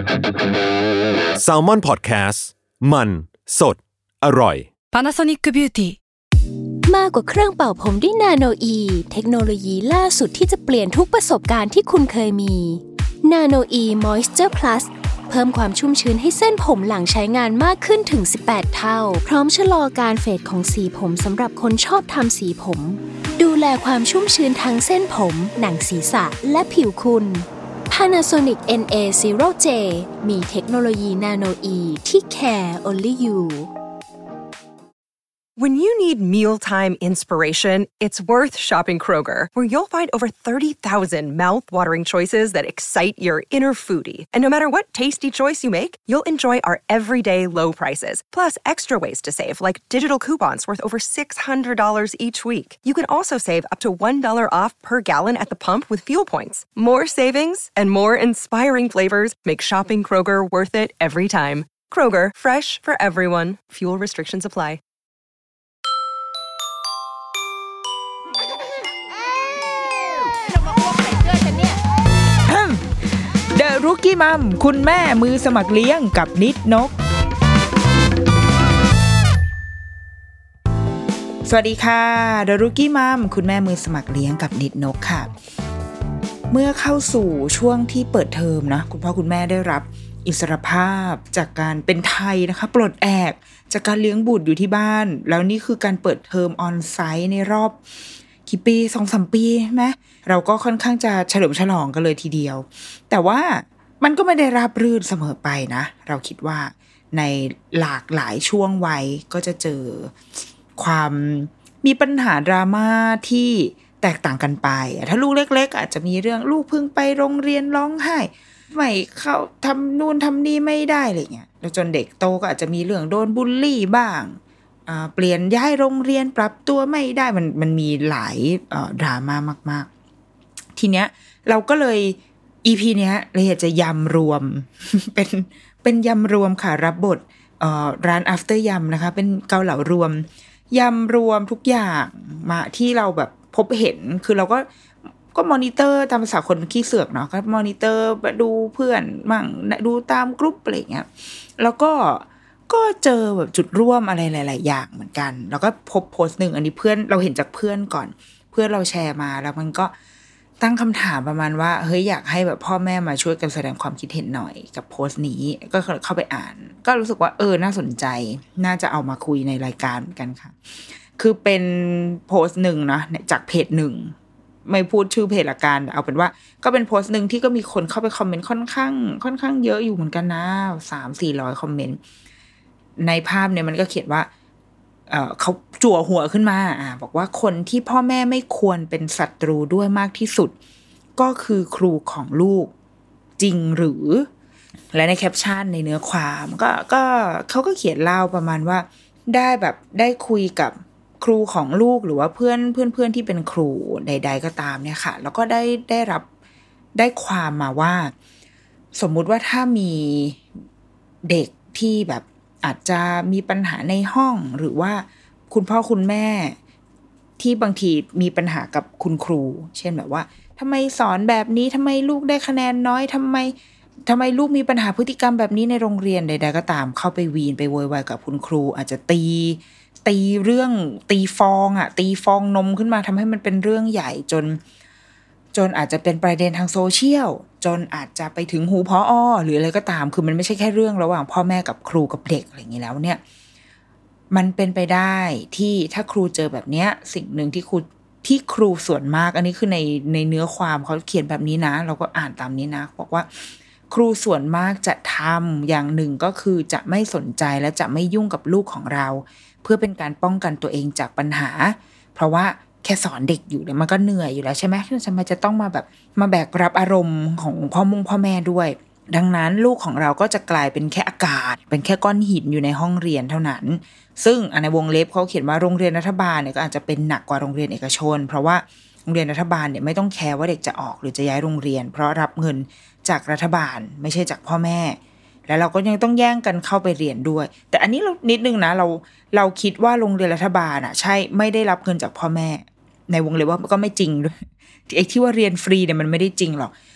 Salmon Podcast มันสดอร่อย Panasonic Beauty มากกว่าเครื่องเป่าผมด้วยนาโนอีเทคโนโลยีล่าสุดที่จะเปลี่ยนทุกประสบการณ์ที่คุณเคยมีนาโนอีมอยส์เจอร์พลัสเพิ่มความชุ่มชื้นให้เส้นผมหลังใช้งานมากขึ้นถึง18เท่าพร้อมชะลอการเฟดของสีผมสำหรับคนชอบทำสีผมดูแลความชุ่มชื้นทั้งเส้นผมหนังศีรษะและผิวคุณ Panasonic NA0J มีเทคโนโลยีนาโนอีที่ care only you When you need mealtime inspiration, it's worth shopping Kroger, where you'll find over 30,000 mouth-watering choices that excite your inner foodie. And no matter what tasty choice you make, you'll enjoy our everyday low prices, plus extra ways to save, like digital coupons worth over $600 each week. You can also save up to $1 off per gallon at the pump with fuel points. More savings and more inspiring flavors make shopping Kroger worth it every time. Kroger, fresh for everyone. Fuel restrictions apply. เดอะรุกกี้มัมคุณแม่มือสมัครเลี้ยงกับนิดนกสวัสดีค่ะเดอะรุกกี้มัมคุณแม่มือสมัครเลี้ยงกับนิดนกค่ะเมื่อเข้าสู่ช่วงที่เปิดเทอมนะคุณพ่อคุณแม่ได้รับอิสรภาพจากการเป็นไทยนะคะปลดแอกจากการเลี้ยงบุตรอยู่ที่บ้านแล้วนี่คือการเปิดเทอมออนไซต์ในรอบกี่ปี 2-3 ปีใช่ไหมเราก็ค่อนข้างจะเฉลิมฉลองกันเลยทีเดียวแต่ว่ามันก็ไม่ได้ราบรื่นเสมอไปนะเราคิดว่าในหลากหลายช่วงวัยก็จะเจอความมีปัญหาดราม่าที่แตกต่างกันไปถ้าลูกเล็กๆอาจจะมีเรื่องลูกเพิ่งไปโรงเรียนร้องไห้ไม่เข้าทำนู่นทำนี่ไม่ได้อะไรเงี้ยแล้วจนเด็กโตก็อาจจะมีเรื่องโดนบูลลี่บ้างเปลี่ยนย้ายโรงเรียนปรับตัวไม่ได้มันมีหลายดราม่ามากๆทีเนี้ยเราก็เลย EP เนี้ยเราอยากจะยำรวม เป็นยำรวมค่ะรับบทร้าน after ยำนะคะเป็นเกาเหลารวมยำรวมทุกอย่างมาที่เราแบบพบเห็นคือเราก็มอนิเตอร์ตามภาษาคนขี้เสือกเนาะก็มอนิเตอร์ดูเพื่อนมั่งดูตามกรุ๊ปอะไรอย่างเงี้ยแล้วก็เจอแบบจุดร่วมอะไรหลายๆอย่างเหมือนกันแล้วก็พบโพสต์นึงอันนี้เพื่อนเราเห็นจากเพื่อนก่อนเพื่อนเราแชร์มาแล้วมันก็ตั้งคำถามประมาณว่าเฮ้ยอยากให้แบบพ่อแม่มาช่วยกันแสดงความคิดเห็นหน่อยกับโพสต์นี้ก็เข้าไปอ่านก็รู้สึกว่าน่าสนใจน่าจะเอามาคุยในรายการเหมือนกันค่ะคือเป็นโพสต์นึงนะจากเพจนึงไม่พูดชื่อเพจละกันเอาเป็นว่าก็เป็นโพสต์นึงที่ก็มีคนเข้าไปคอมเมนต์ค่อนข้างเยอะอยู่เหมือนกันนะ 300-400 คอมเมนต์ในภาพเนี่ยมันก็เขียนว่าเขาจั่วหัวขึ้นมาบอกว่าคนที่พ่อแม่ไม่ควรเป็นศัตรูด้วยมากที่สุดก็คือครูของลูกจริงหรือและในแคปชั่นในเนื้อความก็เขาก็เขียนเล่าประมาณว่าได้คุยกับครูของลูกหรือว่าเพื่อนที่เป็นครูใดๆก็ตามเนี่ยค่ะแล้วก็ได้ความมาว่าสมมุติว่าถ้ามีเด็กที่แบบอาจจะมีปัญหาในห้องหรือว่าคุณพ่อคุณแม่ที่บางทีมีปัญหากับคุณครูเช่นแบบว่าทำไมสอนแบบนี้ทำไมลูกได้คะแนนน้อยทำไมลูกมีปัญหาพฤติกรรมแบบนี้ในโรงเรียนใดๆก็ตามเข้าไปวีนไปโวยวายกับคุณครูอาจจะตีเรื่องตีฟองนมขึ้นมาทำให้มันเป็นเรื่องใหญ่จนอาจจะเป็นประเด็นทางโซเชียลจนอาจจะไปถึงหูผอ.หรืออะไรก็ตามคือมันไม่ใช่แค่เรื่องระหว่างพ่อแม่กับครูกับเด็กอะไรอย่างนี้แล้วเนี่ยมันเป็นไปได้ที่ถ้าครูเจอแบบเนี้ยสิ่งหนึ่งที่ครูส่วนมากอันนี้คือในเนื้อความเขาเขียนแบบนี้นะเราก็อ่านตามนี้นะบอกว่าครูส่วนมากจะทำอย่างหนึ่งก็คือจะไม่สนใจและจะไม่ยุ่งกับลูกของเราเพื่อเป็นการป้องกันตัวเองจากปัญหาเพราะว่าแค่สอนเด็กอยู่เนี่ยมันก็เหนื่อยอยู่แล้วใช่ไหมทำไมจะต้องมาแบบมาแบกรับอารมณ์ของพ่อแม่ด้วยดังนั้นลูกของเราก็จะกลายเป็นแค่อากาศเป็นแค่ก้อนหินอยู่ในห้องเรียนเท่านั้นซึ่งในวงเล็บเขาเขียนว่าโรงเรียนรัฐบาลเนี่ยก็อาจจะเป็นหนักกว่าโรงเรียนเอกชนเพราะว่าโรงเรียนรัฐบาลเนี่ยไม่ต้องแคร์ว่าเด็กจะออกหรือจะย้ายโรงเรียนเพราะรับเงินจากรัฐบาลไม่ใช่จากพ่อแม่แล้วเราก็ยังต้องแย่งกันเข้าไปเรียนด้วยแต่อันนี้เรานิดนึงนะเราคิดว่าโรงเรียนรัฐบาลใช่ไม่ได้รับเงินจากพ่อแม่ในวงเล็บว่าก็ไม่จริงด้วยไอ้ที่ว่าเรียนฟรีเนี่ยมันไม่ได้จริงหรอก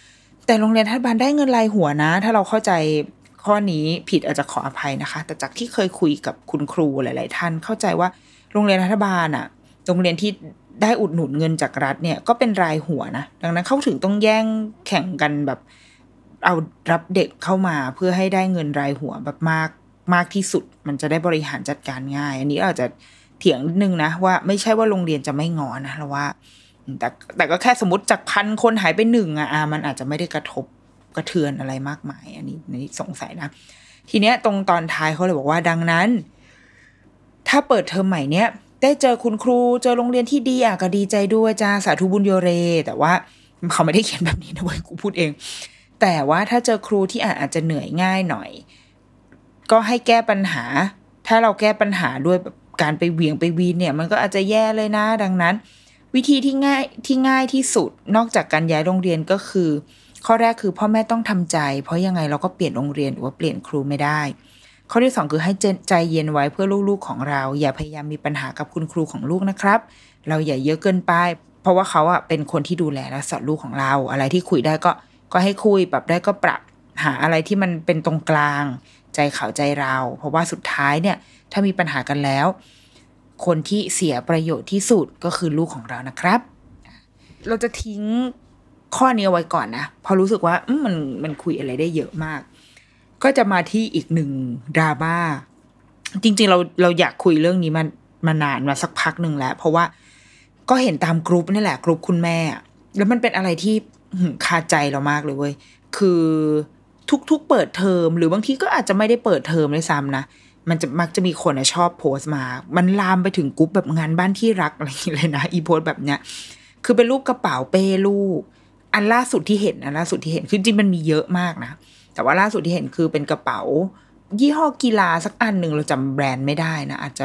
แต่โรงเรียนรัฐบาลได้เงินรายหัวนะถ้าเราเข้าใจข้อนี้ผิดอาจจะขออภัยนะคะแต่จากที่เคยคุยกับคุณครูหลายๆท่านเข้าใจว่าโรงเรียนรัฐบาลอ่ะโรงเรียนที่ได้อุดหนุนเงินจากรัฐเนี่ยก็เป็นรายหัวนะดังนั้นเขาถึงต้องแย่งแข่งกันแบบเอารับเด็กเข้ามาเพื่อให้ได้เงินรายหัวแบบมากที่สุดมันจะได้บริหารจัดการง่ายอันนี้อาจจะเถียงนิดนึงนะว่าไม่ใช่ว่าโรงเรียนจะไม่งอนะเราว่าแต่ก็แค่สมมติจาก1,000 คนหายไป1มันอาจจะไม่ได้กระทบกระเทือนอะไรมากมายอันนี้สงสัยนะทีเนี้ยตรงตอนท้ายเขาเลยบอกว่าดังนั้นถ้าเปิดเทอมใหม่เนี้ยได้เจอคุณครูเจอโรงเรียนที่ดีก็ดีใจด้วยจ้าสาธุบุญโยเรแต่ว่าเขาไม่ได้เขียนแบบนี้นะเว้ยกูพูดเองแต่ว่าถ้าเจอครูที่อาจจะเหนื่อยง่ายหน่อยก็ให้แก้ปัญหาถ้าเราแก้ปัญหาด้วยแบบการไปเหวี่ยงไปวีนเนี่ยมันก็อาจจะแย่เลยนะดังนั้นวิธีที่ง่ายที่สุดนอกจากการย้ายโรงเรียนก็คือข้อแรกคือพ่อแม่ต้องทำใจเพราะยังไงเราก็เปลี่ยนโรงเรียนหรือว่าเปลี่ยนครูไม่ได้ข้อที่2คือให้ใจเย็นไว้เพื่อลูกๆของเราอย่าพยายามมีปัญหากับคุณครูของลูกนะครับเราอย่าเยอะเกินไปเพราะว่าเขาเป็นคนที่ดูแลและสอนลูกของเราอะไรที่คุยได้ก็ให้คุยปรับได้ก็ปรับหาอะไรที่มันเป็นตรงกลางใจเขาใจเราเพราะว่าสุดท้ายเนี่ยถ้ามีปัญหากันแล้วคนที่เสียประโยชน์ที่สุดก็คือลูกของเรานะครับเราจะทิ้งข้อนี้เอาไว้ก่อนนะพอรู้สึกว่ามันคุยอะไรได้เยอะมากก็จะมาที่อีกหนึ่งดราม่าจริงๆเราอยากคุยเรื่องนี้มานานมาสักพักนึงแล้วเพราะว่าก็เห็นตามกรุ๊ปนี่แหละกรุ๊ปคุณแม่แล้วมันเป็นอะไรที่คาใจเรามากเลยเว้ยคือทุกเปิดเทอมหรือบางทีก็อาจจะไม่ได้เปิดเทอมเลยซ้ำนะมันจะมักจะมีคนชอบโพสต์มามันลามไปถึงกรุ๊ปแบบงานบ้านที่รักอะไรอย่างเงี้ยเลยนะอีโพสต์แบบเนี้ยคือเป็นรูปกระเป๋าเป้ลูกอันล่าสุดที่เห็นคือจริงมันมีเยอะมากนะแต่ว่าล่าสุดที่เห็นคือเป็นกระเป๋ายี่ห้อกีฬาสักอันหนึ่งเราจำแบรนด์ไม่ได้นะอาจจะ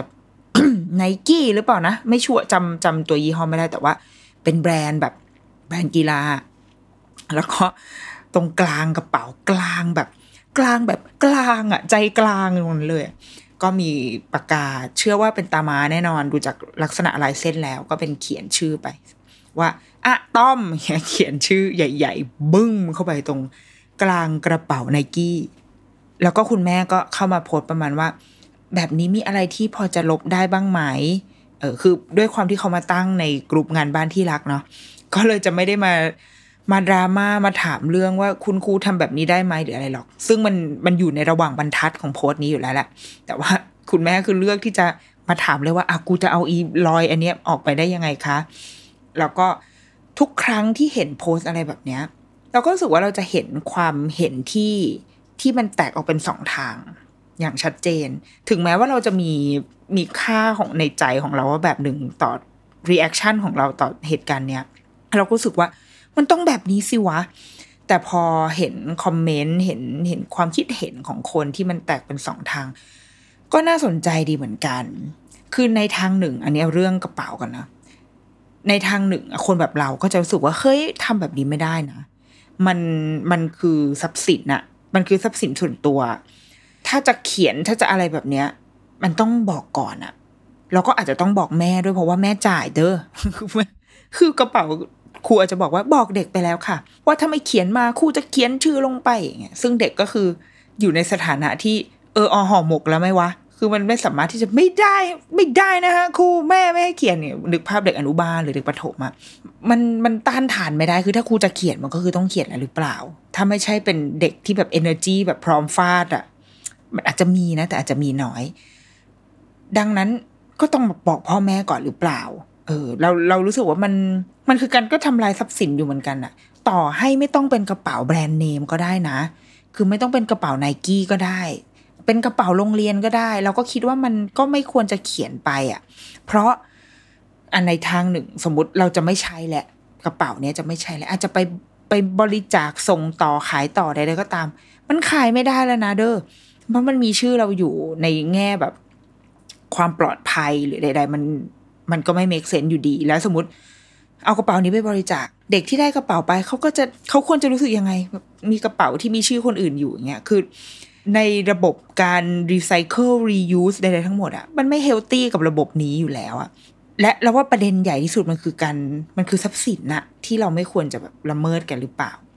Nike หรือเปล่านะไม่ชัวร์จำตัวยี่ห้อไม่ได้แต่ว่าเป็นแบรนด์แบบแบรนด์กีฬาแล้วก็ตรงกลางกระเป๋ากลางแบบกลางใจกลางเลยก็มีปากกาเชื่อว่าเป็นตาม้าแน่นอนดูจากลักษณะลายเส้นแล้วก็เป็นเขียนชื่อไปว่าต้อมเขียนชื่อใหญ่ๆบึ้งเข้าไปตรงกลางกระเป๋า Nike แล้วก็คุณแม่ก็เข้ามาโพสต์ประมาณว่าแบบนี้มีอะไรที่พอจะลบได้บ้างไหมคือด้วยความที่เขามาตั้งในกลุ่มงานบ้านที่รักเนาะก็เลยจะไม่ได้มาดราม่ามาถามเรื่องว่าคุณครูทำแบบนี้ได้ไหมหรืออะไรหรอกซึ่งมันอยู่ในระหว่างบรรทัดของโพสต์นี้อยู่แล้วแหละแต่ว่าคุณแม่คือเลือกที่จะมาถามเลยว่ากูจะเอาอีรอยอันเนี้ยออกไปได้ยังไงคะแล้วก็ทุกครั้งที่เห็นโพสต์อะไรแบบเนี้ยเราก็รู้สึกว่าเราจะเห็นความเห็นที่มันแตกออกเป็น2 ทางอย่างชัดเจนถึงแม้ว่าเราจะมีค่าของในใจของเราว่าแบบหนึ่งต่อ reaction ของเราต่อเหตุการณ์เนี้ยเราก็รู้สึกว่ามันต้องแบบนี้สิวะแต่พอเห็นคอมเมนต์เห็นความคิดเห็นของคนที่มันแตกเป็น2 ทางก็น่าสนใจดีเหมือนกันคือในทางหนึ่งอันนี้เอาเรื่องกระเป๋ากันนะในทางหนึ่งคนแบบเราก็จะรู้สึกว่าเฮ้ยทำแบบนี้ไม่ได้นะมันคือทรัพย์สินน่ะมันคือทรัพย์สินส่วนตัวถ้าจะเขียนถ้าจะอะไรแบบเนี้ยมันต้องบอกก่อนอะแล้วก็อาจจะต้องบอกแม่ด้วยเพราะว่าแม่จ่ายเด้อ คือกระเป๋าครูอาจจะบอกว่าบอกเด็กไปแล้วค่ะว่าถ้าไม่เขียนมาครูจะเขียนชื่อลงไปอย่างเงี้ยซึ่งเด็กก็คืออยู่ในสถานะที่ห่อหมกแล้วไหมวะคือมันไม่สามารถที่จะไม่ได้นะคะครูแม่ไม่ให้เขียนเนี่ยนึกภาพเด็กอนุบาลหรือเด็กประถมอะมันต้านทานไม่ได้คือถ้าครูจะเขียนมันก็คือต้องเขียนแล้วหรือเปล่าถ้าไม่ใช่เป็นเด็กที่แบบ energy แบบพร้อมฟาดอะมันอาจจะมีนะแต่อาจจะมีน้อยดังนั้นก็ต้องบอกพ่อแม่ก่อนหรือเปล่าเรารู้สึกว่ามันคือการก็ทำลายทรัพย์สินอยู่เหมือนกันอะต่อให้ไม่ต้องเป็นกระเป๋าแบรนด์เนมก็ได้นะคือไม่ต้องเป็นกระเป๋า Nike ก็ได้เป็นกระเป๋าโรงเรียนก็ได้เราก็คิดว่ามันก็ไม่ควรจะเขียนไปอ่ะเพราะอันในทางหนึ่งสมมุติเราจะไม่ใช้แหละกระเป๋าเนี้ยจะไม่ใช้แล้วอาจจะไปบริจาคส่งต่อขายต่อใดๆก็ตามมันขายไม่ได้แล้วนะเด้อเพราะมันมีชื่อเราอยู่ในแง่แบบความปลอดภัยหรือใดๆมันก็ไม่เมคเซนส์อยู่ดีแล้วสมมติเอากระเป๋านี้ไปบริจาคเด็กที่ได้กระเป๋าไปเขาควรจะรู้สึกยังไงมีกระเป๋าที่มีชื่อคนอื่นอยู่อย่างเงี้ยคือในระบบการรีไซเคิลรียูสใดๆทั้งหมดอ่ะมันไม่เฮลตี้กับระบบนี้อยู่แล้วอ่ะและเราว่าประเด็นใหญ่ที่สุดมันคือทรัพย์สินน่ะที่เราไม่ควรจะแบบละเมิดกันหรือเปล่า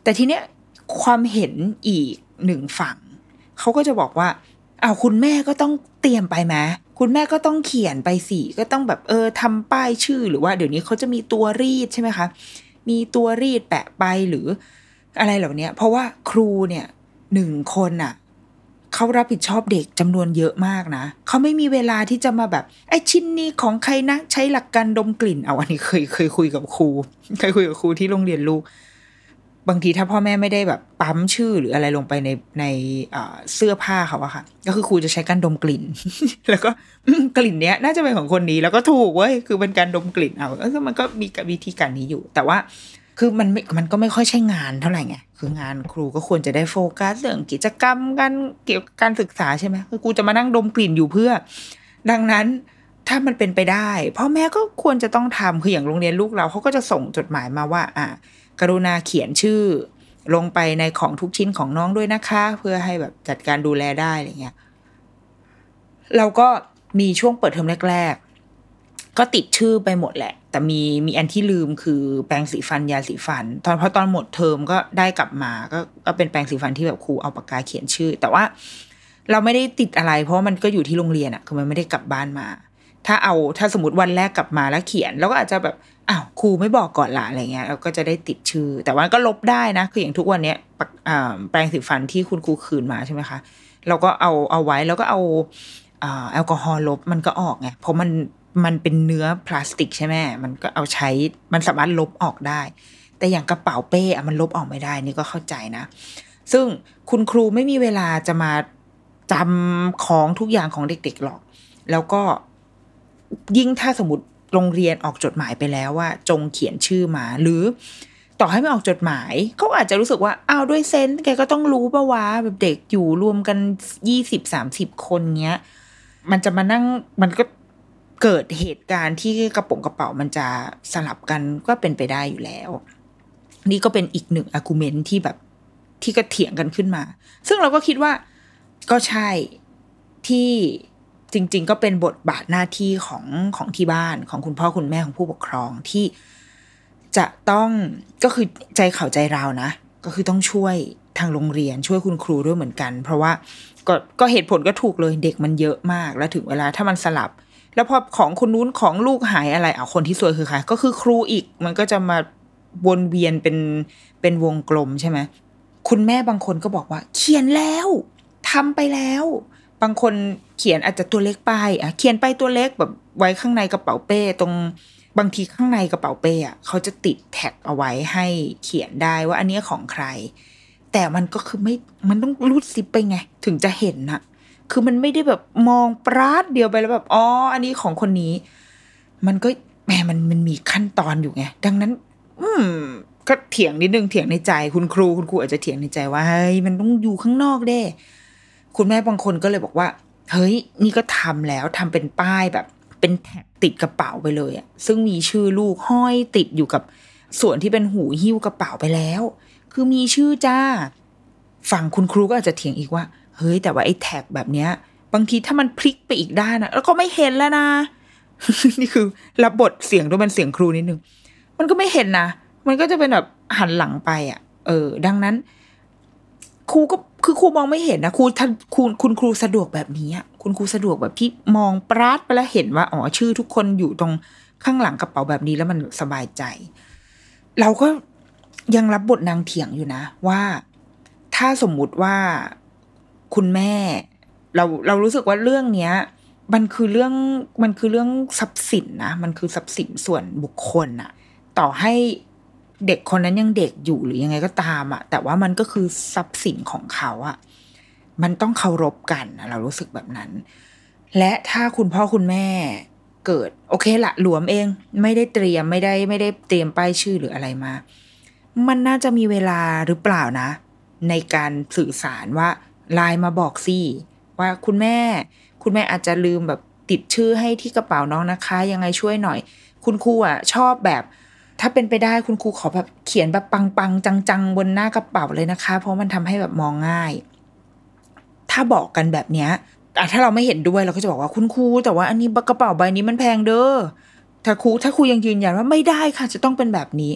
แต่ทีเนี้ยความเห็นอีกหนึ่งฝั่งเขาก็จะบอกว่าคุณแม่ก็ต้องเตรียมไปไหมคุณแม่ก็ต้องเขียนไปสิก็ต้องแบบทำป้ายชื่อหรือว่าเดี๋ยวนี้เขาจะมีตัวรีดใช่ไหมคะมีตัวรีดแปะไปหรืออะไรเหล่านี้เพราะว่าครูเนี่ย1 คนน่ะเขารับผิดชอบเด็กจำนวนเยอะมากนะเขาไม่มีเวลาที่จะมาแบบไอ้ชิ้นนี้ของใครนะใช้หลักการดมกลิ่นอันนี้เคยคุยกับครูที่โรงเรียนลูกบางทีถ้าพ่อแม่ไม่ได้แบบปั๊มชื่อหรืออะไรลงไปในเสื้อผ้าเขาอะค่ะก็คือครูจะใช้การดมกลิ่น แล้วก็กลิ่นเนี้ยน่าจะเป็นของคนนี้แล้วก็ถูกเว้ยคือเป็นการดมกลิ่นมันก็มีวิธีการนี้อยู่แต่ว่าคือมันก็ไม่ค่อยใช่งานเท่าไหร่ไงคืองานครูก็ควรจะได้โฟกัสเรื่องกิจกรรมการเกี่ยวกับการศึกษาใช่ไหมคือครูจะมานั่งดมกลิ่นอยู่เพื่อดังนั้นถ้ามันเป็นไปได้พ่อแม่ก็ควรจะต้องทำคืออย่างโรงเรียนลูกเราเขาก็จะส่งจดหมายมาว่ากรุณาเขียนชื่อลงไปในของทุกชิ้นของน้องด้วยนะคะเพื่อให้แบบจัดการดูแลได้อะไรเงี้ยเราก็มีช่วงเปิดเทอมแรกๆก็ติดชื่อไปหมดแหละแต่มีอันที่ลืมคือแปรงสีฟันยาสีฟันเพราะตอนหมดเทอมก็ได้กลับมาก็เป็นแปรงสีฟันที่แบบครูเอาปากกาเขียนชื่อแต่ว่าเราไม่ได้ติดอะไรเพราะมันก็อยู่ที่โรงเรียนอะคือมันไม่ได้กลับบ้านมาถ้าสมมติวันแรกกลับมาแล้วเขียนแล้วก็อาจจะแบบครูไม่บอกก่อนละอะไรเงี้ยเราก็จะได้ติดชื่อแต่ว่าก็ลบได้นะคืออย่างทุกวันเนี้ยแปรงสีฟันที่คุณครูคืนมาใช่ไหมคะเราก็เอาไว้แล้วก็เอาแอลกอฮอล์ลบมันก็ออกไงเพราะมันเป็นเนื้อพลาสติกใช่ไหมมันก็มันสามารถลบออกได้แต่อย่างกระเป๋าเป้มันลบออกไม่ได้นี่ก็เข้าใจนะซึ่งคุณครูไม่มีเวลาจะมาจำของทุกอย่างของเด็กๆหรอกแล้วก็ยิ่งถ้าสมมติโรงเรียนออกจดหมายไปแล้วว่าจงเขียนชื่อมาหรือต่อให้ไม่ออกจดหมายเขาอาจจะรู้สึกว่าด้วยเซนส์แกก็ต้องรู้ป่ะวะแบบเด็กอยู่รวมกัน20-30 คนเงี้ยมันจะมานั่งมันก็เกิดเหตุการณ์ที่กระเป๋ามันจะสลับกันก็เป็นไปได้อยู่แล้วนี่ก็เป็นอีกหนึ่งอาร์กิวเมนต์ที่แบบที่ก็เถียงกันขึ้นมาซึ่งเราก็คิดว่าก็ใช่ที่จริงๆก็เป็นบทบาทหน้าที่ของที่บ้านของคุณพ่อคุณแม่ของผู้ปกครองที่จะต้องก็คือใจเขาใจเรานะก็คือต้องช่วยทางโรงเรียนช่วยคุณครูด้วยเหมือนกันเพราะว่าก็เหตุผลก็ถูกเลยเด็กมันเยอะมากแล้วถึงเวลาถ้ามันสลับแล้วพอของคนนู้นของลูกหายอะไรคนที่ซวยคือใครก็คือครูอีกมันก็จะมาวนเวียนเป็นวงกลมใช่ไหมคุณแม่บางคนก็บอกว่าเขียนแล้วทำไปแล้วบางคนเขียนอาจจะตัวเล็กไปเขียนไปตัวเล็กแบบไว้ข้างในกระเป๋าเป้ตรงบางทีข้างในกระเป๋าเป้เขาจะติดแท็กเอาไว้ให้เขียนได้ว่าอันนี้ของใครแต่มันก็คือมันต้องรูดซิปไปไงถึงจะเห็นน่ะคือมันไม่ได้แบบมองปราดเดียวไปแล้วแบบอันนี้ของคนนี้มันก็มันมีขั้นตอนอยู่ไงดังนั้นก็เถียงนิดนึงเถียงในใจคุณครูอาจจะเถียงในใจว่าเฮ้ยมันต้องอยู่ข้างนอกเด้คุณแม่บางคนก็เลยบอกว่าเฮ้ยนี่ก็ทำแล้วทำเป็นป้ายแบบเป็นแท็กติดกระเป๋าไปเลยซึ่งมีชื่อลูกห้อยติดอยู่กับส่วนที่เป็นหูหิ้วกระเป๋าไปแล้วคือมีชื่อจ้าฝั่งคุณครูก็อาจจะเถียงอีกว่าเฮ้ยแต่ว่าไอ้แท็กแบบเนี้ยบางทีถ้ามันพลิกไปอีกด้านแล้วก็ไม่เห็นแล้วนะ นี่คือรับบทเสียงด้วยมันเสียงครูนิดนึงมันก็ไม่เห็นนะมันก็จะเป็นแบบหันหลังไปดังนั้นครูก็คือครูมองไม่เห็นนะคุณครูสะดวกแบบนี้คุณครูสะดวกแบบที่มองปราดไปแล้วเห็นว่าชื่อทุกคนอยู่ตรงข้างหลังกระเป๋าแบบนี้แล้วมันสบายใจเราก็ยังรับบทนางเถียงอยู่นะว่าถ้าสมมุติว่าคุณแม่เรารู้สึกว่าเรื่องเนี้ยมันคือเรื่องทรัพย์สินนะมันคือทรัพย์สินส่วนบุคคลน่ะต่อให้เด็กคนนั้นยังเด็กอยู่หรือยังไงก็ตามแต่ว่ามันก็คือทรัพย์สินของเขามันต้องเคารพกันเรารู้สึกแบบนั้นและถ้าคุณพ่อคุณแม่เกิดโอเคละหลวมเองไม่ได้เตรียมไม่ได้เตรียมป้ายชื่อหรืออะไรมามันน่าจะมีเวลาหรือเปล่านะในการสื่อสารว่าไลน์มาบอกสิว่าคุณแม่อาจจะลืมแบบติดชื่อให้ที่กระเป๋าน้องนะคะยังไงช่วยหน่อยคุณครูชอบแบบถ้าเป็นไปได้คุณครูขอแบบเขียนแบบปังๆจังๆบนหน้ากระเป๋าเลยนะคะเพราะมันทำให้แบบมองง่ายถ้าบอกกันแบบเนี้ยถ้าเราไม่เห็นด้วยเราก็จะบอกว่าคุณครูแต่ว่าอันนี้กระเป๋าใบนี้มันแพงเด้อถ้าครูยังยืนยันว่าไม่ได้ค่ะจะต้องเป็นแบบนี้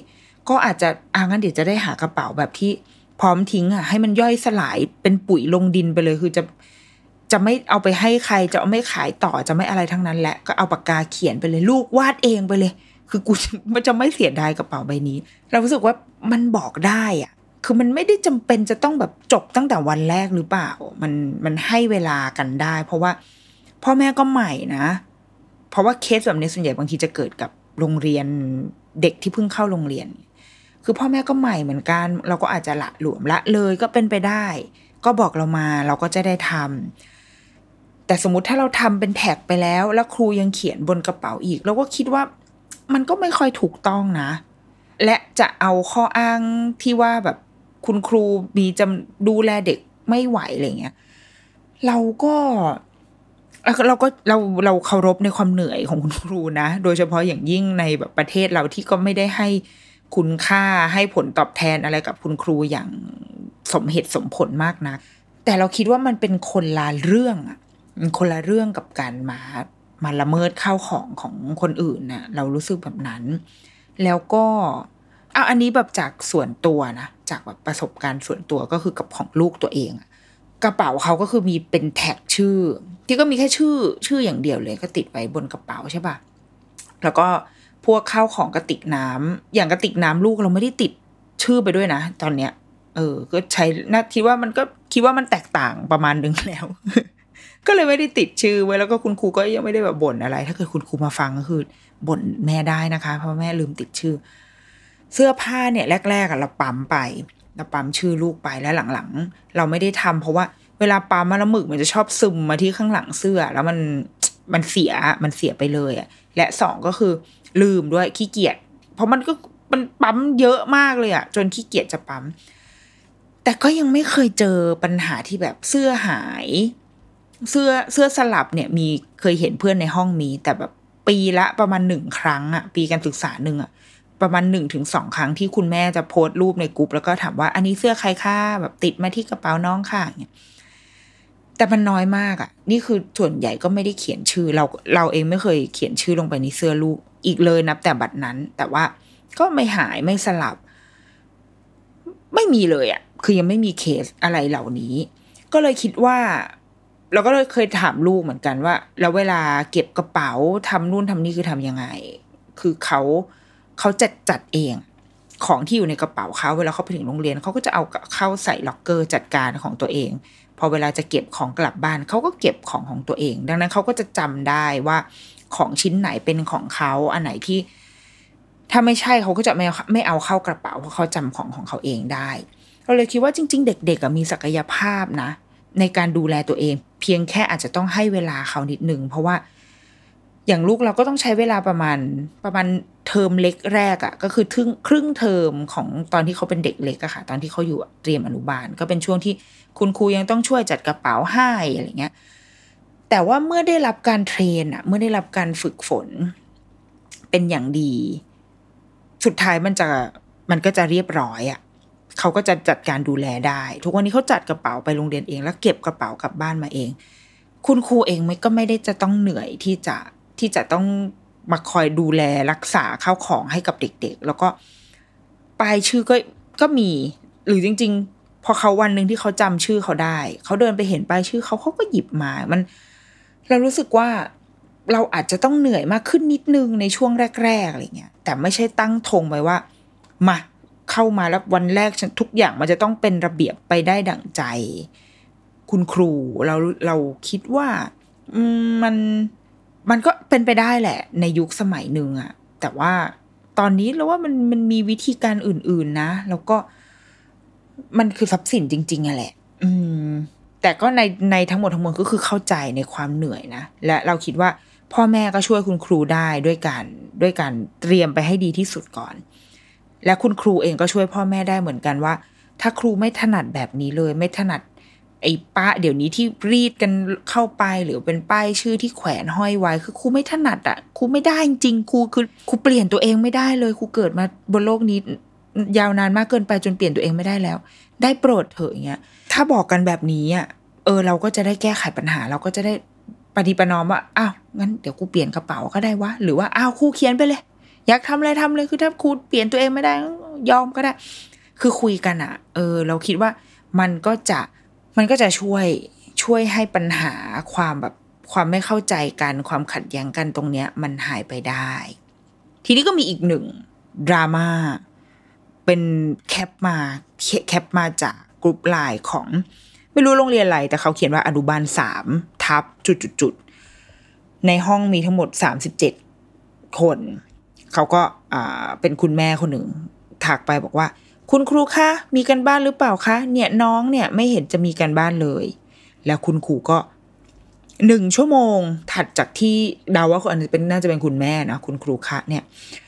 ก็อาจจะงั้นเดี๋ยวจะได้หากระเป๋าแบบที่พร้อมทิ้งให้มันย่อยสลายเป็นปุ๋ยลงดินไปเลยคือจะไม่เอาไปให้ใครจะไม่ขายต่อจะไม่อะไรทั้งนั้นแหละก็เอาปากกาเขียนไปเลยลูกวาดเองไปเลยคือกูมันจะไม่เสียดายกระเป๋าใบนี้เรารู้สึกว่ามันบอกได้คือมันไม่ได้จำเป็นจะต้องแบบจบตั้งแต่วันแรกหรือเปล่ามันให้เวลากันได้เพราะว่าพ่อแม่ก็ใหม่นะเพราะว่าเคสแบบนี้ส่วนใหญ่บางทีจะเกิดกับโรงเรียนเด็กที่เพิ่งเข้าโรงเรียนคือพ่อแม่ก็ใหม่เหมือนกันเราก็อาจจะละหลวมละเลยก็เป็นไปได้ก็บอกเรามาเราก็จะได้ทำแต่สมมุติถ้าเราทำเป็นแท็กไปแล้วครูยังเขียนบนกระเป๋าอีกเราก็คิดว่ามันก็ไม่ค่อยถูกต้องนะและจะเอาข้ออ้างที่ว่าแบบคุณครูมีจำดูแลเด็กไม่ไหวอะไรเงี้ยเราเคารพในความเหนื่อยของคุณครูนะโดยเฉพาะอย่างยิ่งในแบบประเทศเราที่ก็ไม่ได้ให้คุณค่าให้ผลตอบแทนอะไรกับคุณครูอย่างสมเหตุสมผลมากนักแต่เราคิดว่ามันเป็นคนละเรื่องคนละเรื่องกับการมาละเมิดข้าวของคนอื่นน่ะเรารู้สึกแบบนั้นแล้วก็อันนี้แบบจากส่วนตัวนะจากแบบประสบการณ์ส่วนตัวก็คือกับของลูกตัวเองกระเป๋าเขาก็คือมีเป็นแท็กชื่อที่ก็มีแค่ชื่ออย่างเดียวเลยก็ติดไว้บนกระเป๋าใช่ป่ะแล้วก็พวกข้าวของกระติกน้ำอย่างกระติกน้ำลูกเราไม่ได้ติดชื่อไปด้วยนะตอนเนี้ยก็ใช้คิดว่ามันแตกต่างประมาณนึงแล้ว ก็เลยไม่ได้ติดชื่อไว้แล้วก็คุณครูก็ยังไม่ได้แบบบ่นอะไรถ้าเกิดคุณครูมาฟังก็คือบ่นแม่ได้นะคะเพราะแม่ลืมติดชื่อเสื้อผ้าเนี่ยแรกๆเราปั๊มชื่อลูกไปแล้วหลังๆเราไม่ได้ทำเพราะว่าเวลาปั๊มแล้วหมึกมันจะชอบซึมมาที่ข้างหลังเสื้อแล้วมันเสียไปเลยและสองก็คือลืมด้วยขี้เกียจเพราะมันปั๊มเยอะมากเลยจนขี้เกียจจะปั๊มแต่ก็ยังไม่เคยเจอปัญหาที่แบบเสื้อหายเสื้อสลับเนี่ยเคยเห็นเพื่อนในห้องมีแต่แบบปีละประมาณ1ครั้งปีการศึกษานึงประมาณ 1-2 ครั้งที่คุณแม่จะโพสต์รูปในกลุ่มแล้วก็ถามว่าอันนี้เสื้อใครคะแบบติดมาที่กระเป๋าน้องค่ะเนี่ยแต่มันน้อยมากนี่คือส่วนใหญ่ก็ไม่ได้เขียนชื่อเราเองไม่เคยเขียนชื่อลงไปในเสื้อลูกอีกเลยนับแต่บัดนั้นแต่ว่าก็ไม่หายไม่สลับไม่มีเลยคือยังไม่มีเคสอะไรเหล่านี้ก็เลยคิดว่าเราก็เลยเคยถามลูกเหมือนกันว่าแล้วเวลาเก็บกระเป๋าทำนู่นทำนี่คือทำยังไงคือเขาจัดเองของที่อยู่ในกระเป๋าเขาเวลาเขาไปถึงโรงเรียนเขาก็จะเอาเข้าใส่ล็อกเกอร์จัดการของตัวเองพอเวลาจะเก็บของกลับบ้านเขาก็เก็บของตัวเองดังนั้นเขาก็จะจำได้ว่าของชิ้นไหนเป็นของเขาอันไหนที่ถ้าไม่ใช่เขาก็จะไม่เอาเข้ากระเป๋าเพราะเขาจำของเขาเองได้เราเลยคิดว่าจริงๆเด็กๆมีศักยภาพนะในการดูแลตัวเองเพียงแค่อาจจะต้องให้เวลาเขานิดนึงเพราะว่าอย่างลูกเราก็ต้องใช้เวลาประมาณเทอมเล็กแรกก็คือครึ่งเทอมของตอนที่เขาเป็นเด็กเล็กค่ะตอนที่เขาอยู่เตรียมอนุบาลก็เป็นช่วงที่คุณครูยังต้องช่วยจัดกระเป๋าให้อะไรเงี้ยแต่ว่าเมื่อได้รับการเทรนเมื่อได้รับการฝึกฝนเป็นอย่างดีสุดท้ายมันก็จะเรียบร้อยเขาก็จะจัดการดูแลได้ทุกวันนี้เขาจัดกระเป๋าไปโรงเรียนเองแล้วเก็บกระเป๋ากลับบ้านมาเองคุณครูเองก็ไม่ได้จะต้องเหนื่อยที่จะต้องมาคอยดูแลรักษาข้าวของให้กับเด็กๆแล้วก็ป้ายชื่อก็มีหรือจริงๆพอเขาวันนึงที่เขาจำชื่อเขาได้เขาเดินไปเห็นป้ายชื่อเขาก็หยิบมาเรารู้สึกว่าเราอาจจะต้องเหนื่อยมากขึ้นนิดนึงในช่วงแรกๆอะไรเงี้ยแต่ไม่ใช่ตั้งธงไว้ว่ามาเข้ามาแล้ววันแรกทุกอย่างมันจะต้องเป็นระเบียบไปได้ดั่งใจคุณครูเราคิดว่ามันก็เป็นไปได้แหละในยุคสมัยนึงแต่ว่าตอนนี้เราว่ามันมีวิธีการอื่นๆนะแล้วก็มันคือทรัพย์สินจริงๆแหละแต่ก็ในทั้งหมดทั้งมวลก็คือเข้าใจในความเหนื่อยนะและเราคิดว่าพ่อแม่ก็ช่วยคุณครูได้ด้วยการเตรียมไปให้ดีที่สุดก่อนและคุณครูเองก็ช่วยพ่อแม่ได้เหมือนกันว่าถ้าครูไม่ถนัดแบบนี้เลยไม่ถนัดไอ้ป้าเดี๋ยวนี้ที่รีดกันเข้าไปหรือเป็นป้ายชื่อที่แขวนห้อยไว้คือครูไม่ถนัดครูไม่ได้จริงๆครูเปลี่ยนตัวเองไม่ได้เลยครูเกิดมาบนโลกนี้ยาวนานมากเกินไปจนเปลี่ยนตัวเองไม่ได้แล้วได้โปรดเถอะอย่างเงี้ยถ้าบอกกันแบบนี้เราก็จะได้แก้ไขปัญหาเราก็จะได้ปฏิประนอมว่าอ้าวงั้นเดี๋ยวครูเปลี่ยนกระเป๋าก็ได้วะหรือว่าอ้าวครูเขียนไปเลยอยากทำอะไรทำเลยคือถ้าครูเปลี่ยนตัวเองไม่ได้ยอมก็ได้คือคุยกันอ่ะเราคิดว่ามันก็จะช่วยให้ปัญหาความไม่เข้าใจกันความขัดแย้งกันตรงเนี้ยมันหายไปได้ทีนี้ก็มีอีกหนึ่งดราม่าเป็นแคปมาจากกลุ่มไลน์ของไม่รู้โรงเรียนอะไรแต่เขาเขียนว่าอนุบาล3ทับจุดในห้องมีทั้งหมด37คนเขาก็เป็นคุณแม่คนหนึ่งถักไปบอกว่าคุณครูคะมีกันบ้านหรือเปล่าคะเนี่ยน้องเนี่ยไม่เห็นจะมีกันบ้านเลยแล้วคุณครูก็1ชั่วโมงถัดจากที่เดาว่าน่าจะเป็นคุณแม่นะคุณครูคะเนี่ย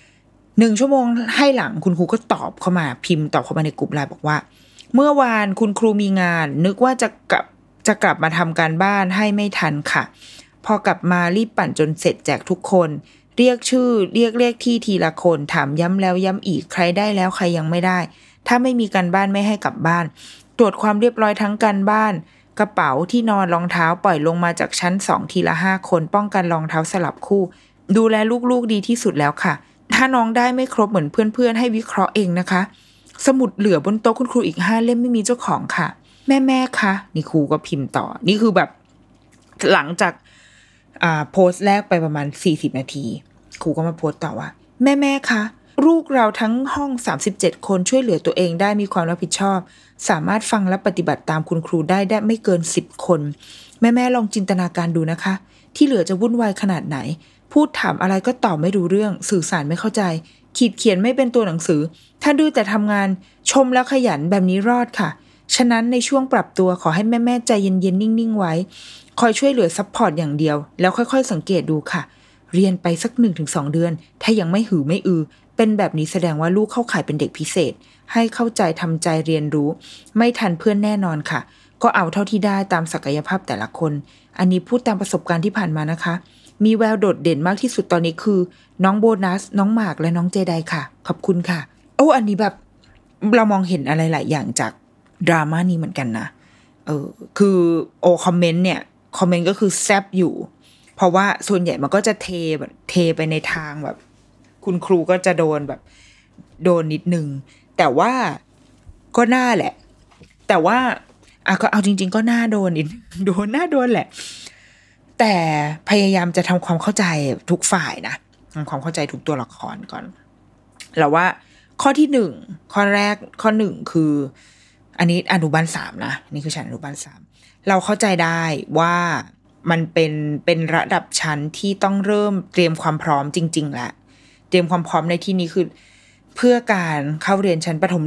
1ชั่วโมงให้หลังคุณครูก็ตอบเข้ามาพิมพ์ตอบเข้ามาในกลุ่มไลน์บอกว่าเมื่อวานคุณครูมีงานนึกว่าจะกลับมาทำการบ้านให้ไม่ทันค่ะพอกลับมารีบปั่นจนเสร็จแจกทุกคนเรียกชื่อเรียกที่ทีละคนถามย้ำแล้วย้ำอีกใครได้แล้วใครยังไม่ได้ถ้าไม่มีการบ้านไม่ให้กลับบ้านตรวจความเรียบร้อยทั้งการบ้านกระเป๋าที่นอนรองเท้าปล่อยลงมาจากชั้น2ทีละ5คนป้องกันรองเท้าสลับคู่ดูแลลูกๆดีที่สุดแล้วค่ะถ้าน้องได้ไม่ครบเหมือนเพื่อนๆให้วิเคราะห์เองนะคะสมุดเหลือบนโต๊ะคุณครูอีก5เล่มไม่มีเจ้าของค่ะแม่คะนี่ครูก็พิมพ์ต่อนี่คือแบบหลังจากโพสต์แรกไปประมาณ40นาทีครูก็มาโพสต์ต่อว่าแม่คะลูกเราทั้งห้อง37คนช่วยเหลือตัวเองได้มีความรับผิดชอบสามารถฟังและปฏิบัติตามคุณครูได้ไม่เกิน10คนแม่ลองจินตนาการดูนะคะที่เหลือจะวุ่นวายขนาดไหนพูดถามอะไรก็ตอบไม่รู้เรื่องสื่อสารไม่เข้าใจขีดเขียนไม่เป็นตัวหนังสือถ้าดื้อแต่ทำงานชมแล้วขยันแบบนี้รอดค่ะฉะนั้นในช่วงปรับตัวขอให้แม่ใจเย็นๆนิ่งๆไว้คอยช่วยเหลือซัพพอร์ตอย่างเดียวแล้วค่อยๆสังเกตดูค่ะเรียนไปสัก 1-2 เดือนถ้ายังไม่หือไม่อือเป็นแบบนี้แสดงว่าลูกเข้าข่ายเป็นเด็กพิเศษให้เข้าใจทำใจเรียนรู้ไม่ทันเพื่อนแน่นอนค่ะก็เอาเท่าที่ได้ตามศักยภาพแต่ละคนอันนี้พูดตามประสบการณ์ที่ผ่านมานะคะมีแววโดดเด่นมากที่สุดตอนนี้คือน้องโบนัสน้องหมากและน้องเจไดค่ะขอบคุณค่ะอันนี้แบบเรามองเห็นอะไรหลายอย่างจากดราม่านี้เหมือนกันนะคือคอมเมนต์ก็คือแซบอยู่เพราะว่าส่วนใหญ่มันก็จะเทไปในทางแบบคุณครูก็จะโดนนิดนึงแต่ว่าก็น่าแหละแต่ว่าก็เอาจริงๆก็น่าโดนแหละแต่พยายามจะทำความเข้าใจทุกฝ่ายนะทำความเข้าใจทุกตัวละครก่อนแล้วว่าข้อที่1ข้อแรกข้อ1คืออันนี้อนุบาล3นะนี่คือชั้นอนุบาล3เราเข้าใจได้ว่ามันเป็นระดับชั้นที่ต้องเริ่มเตรียมความพร้อมจริงๆแล้วเตรียมความพร้อมในที่นี้คือเพื่อการเข้าเรียนชั้นประถม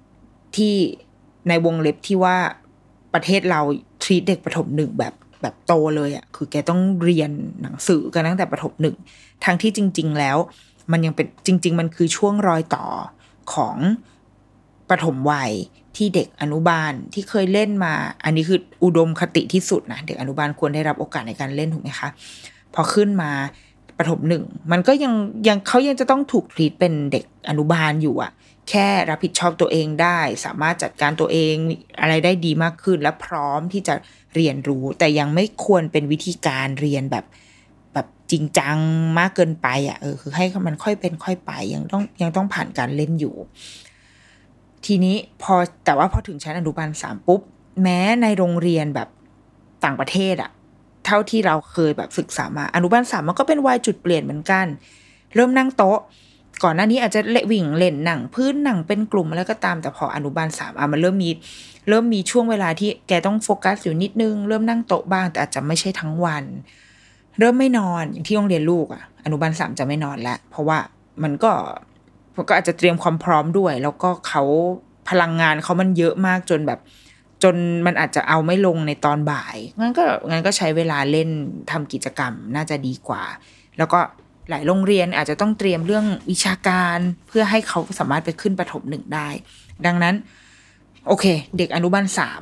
1ที่ในวงเล็บที่ว่าประเทศเราtreatเด็กประถม1แบบโตเลยอ่ะคือแกต้องเรียนหนังสือกันตั้งแต่ประถม1ทั้งที่จริงๆแล้วมันยังเป็นจริงๆมันคือช่วงรอยต่อของประถมวัยที่เด็กอนุบาลที่เคยเล่นมาอันนี้คืออุดมคติที่สุดนะเด็กอนุบาลควรได้รับโอกาสในการเล่นถูกไหมคะพอขึ้นมาประถม1มันก็ยังเขายังจะต้องถูกทรีตเป็นเด็กอนุบาลอยู่อ่ะแค่รับผิดชอบตัวเองได้สามารถจัดการตัวเองอะไรได้ดีมากขึ้นและพร้อมที่จะเรียนรู้แต่ยังไม่ควรเป็นวิธีการเรียนแบบจริงจังมากเกินไปอ่ะคือให้มันค่อยเป็นค่อยไปยังต้องผ่านการเล่นอยู่ทีนี้แต่ว่าพอถึงชั้นอนุบาล3ปุ๊บแม้ในโรงเรียนแบบต่างประเทศอ่ะเท่าที่เราเคยแบบศึกษามาอนุบาล3มันก็เป็นวัยจุดเปลี่ยนเหมือนกันเริ่มนั่งโต๊ะก่อนหน้านี้อาจจะวิ่งเล่นหนังพื้นหนังเป็นกลุ่มอะไรก็ตามแต่พออนุบาล3มันเริ่มมีช่วงเวลาที่แกต้องโฟกัสอยู่นิดนึงเริ่มนั่งโต๊ะบ้างแต่อาจจะไม่ใช่ทั้งวันเริ่มไม่นอนอย่างที่โรงเรียนลูกอนุบาล3จะไม่นอนแล้วเพราะว่ามันก็อาจจะเตรียมความพร้อมด้วยแล้วก็เขาพลังงานเขามันเยอะมากจนมันอาจจะเอาไม่ลงในตอนบ่ายงั้นก็ใช้เวลาเล่นทำกิจกรรมน่าจะดีกว่าแล้วก็หลายโรงเรียนอาจจะต้องเตรียมเรื่องวิชาการเพื่อให้เขาสามารถไปขึ้นประถม1ได้ดังนั้นโอเคเด็กอนุบาล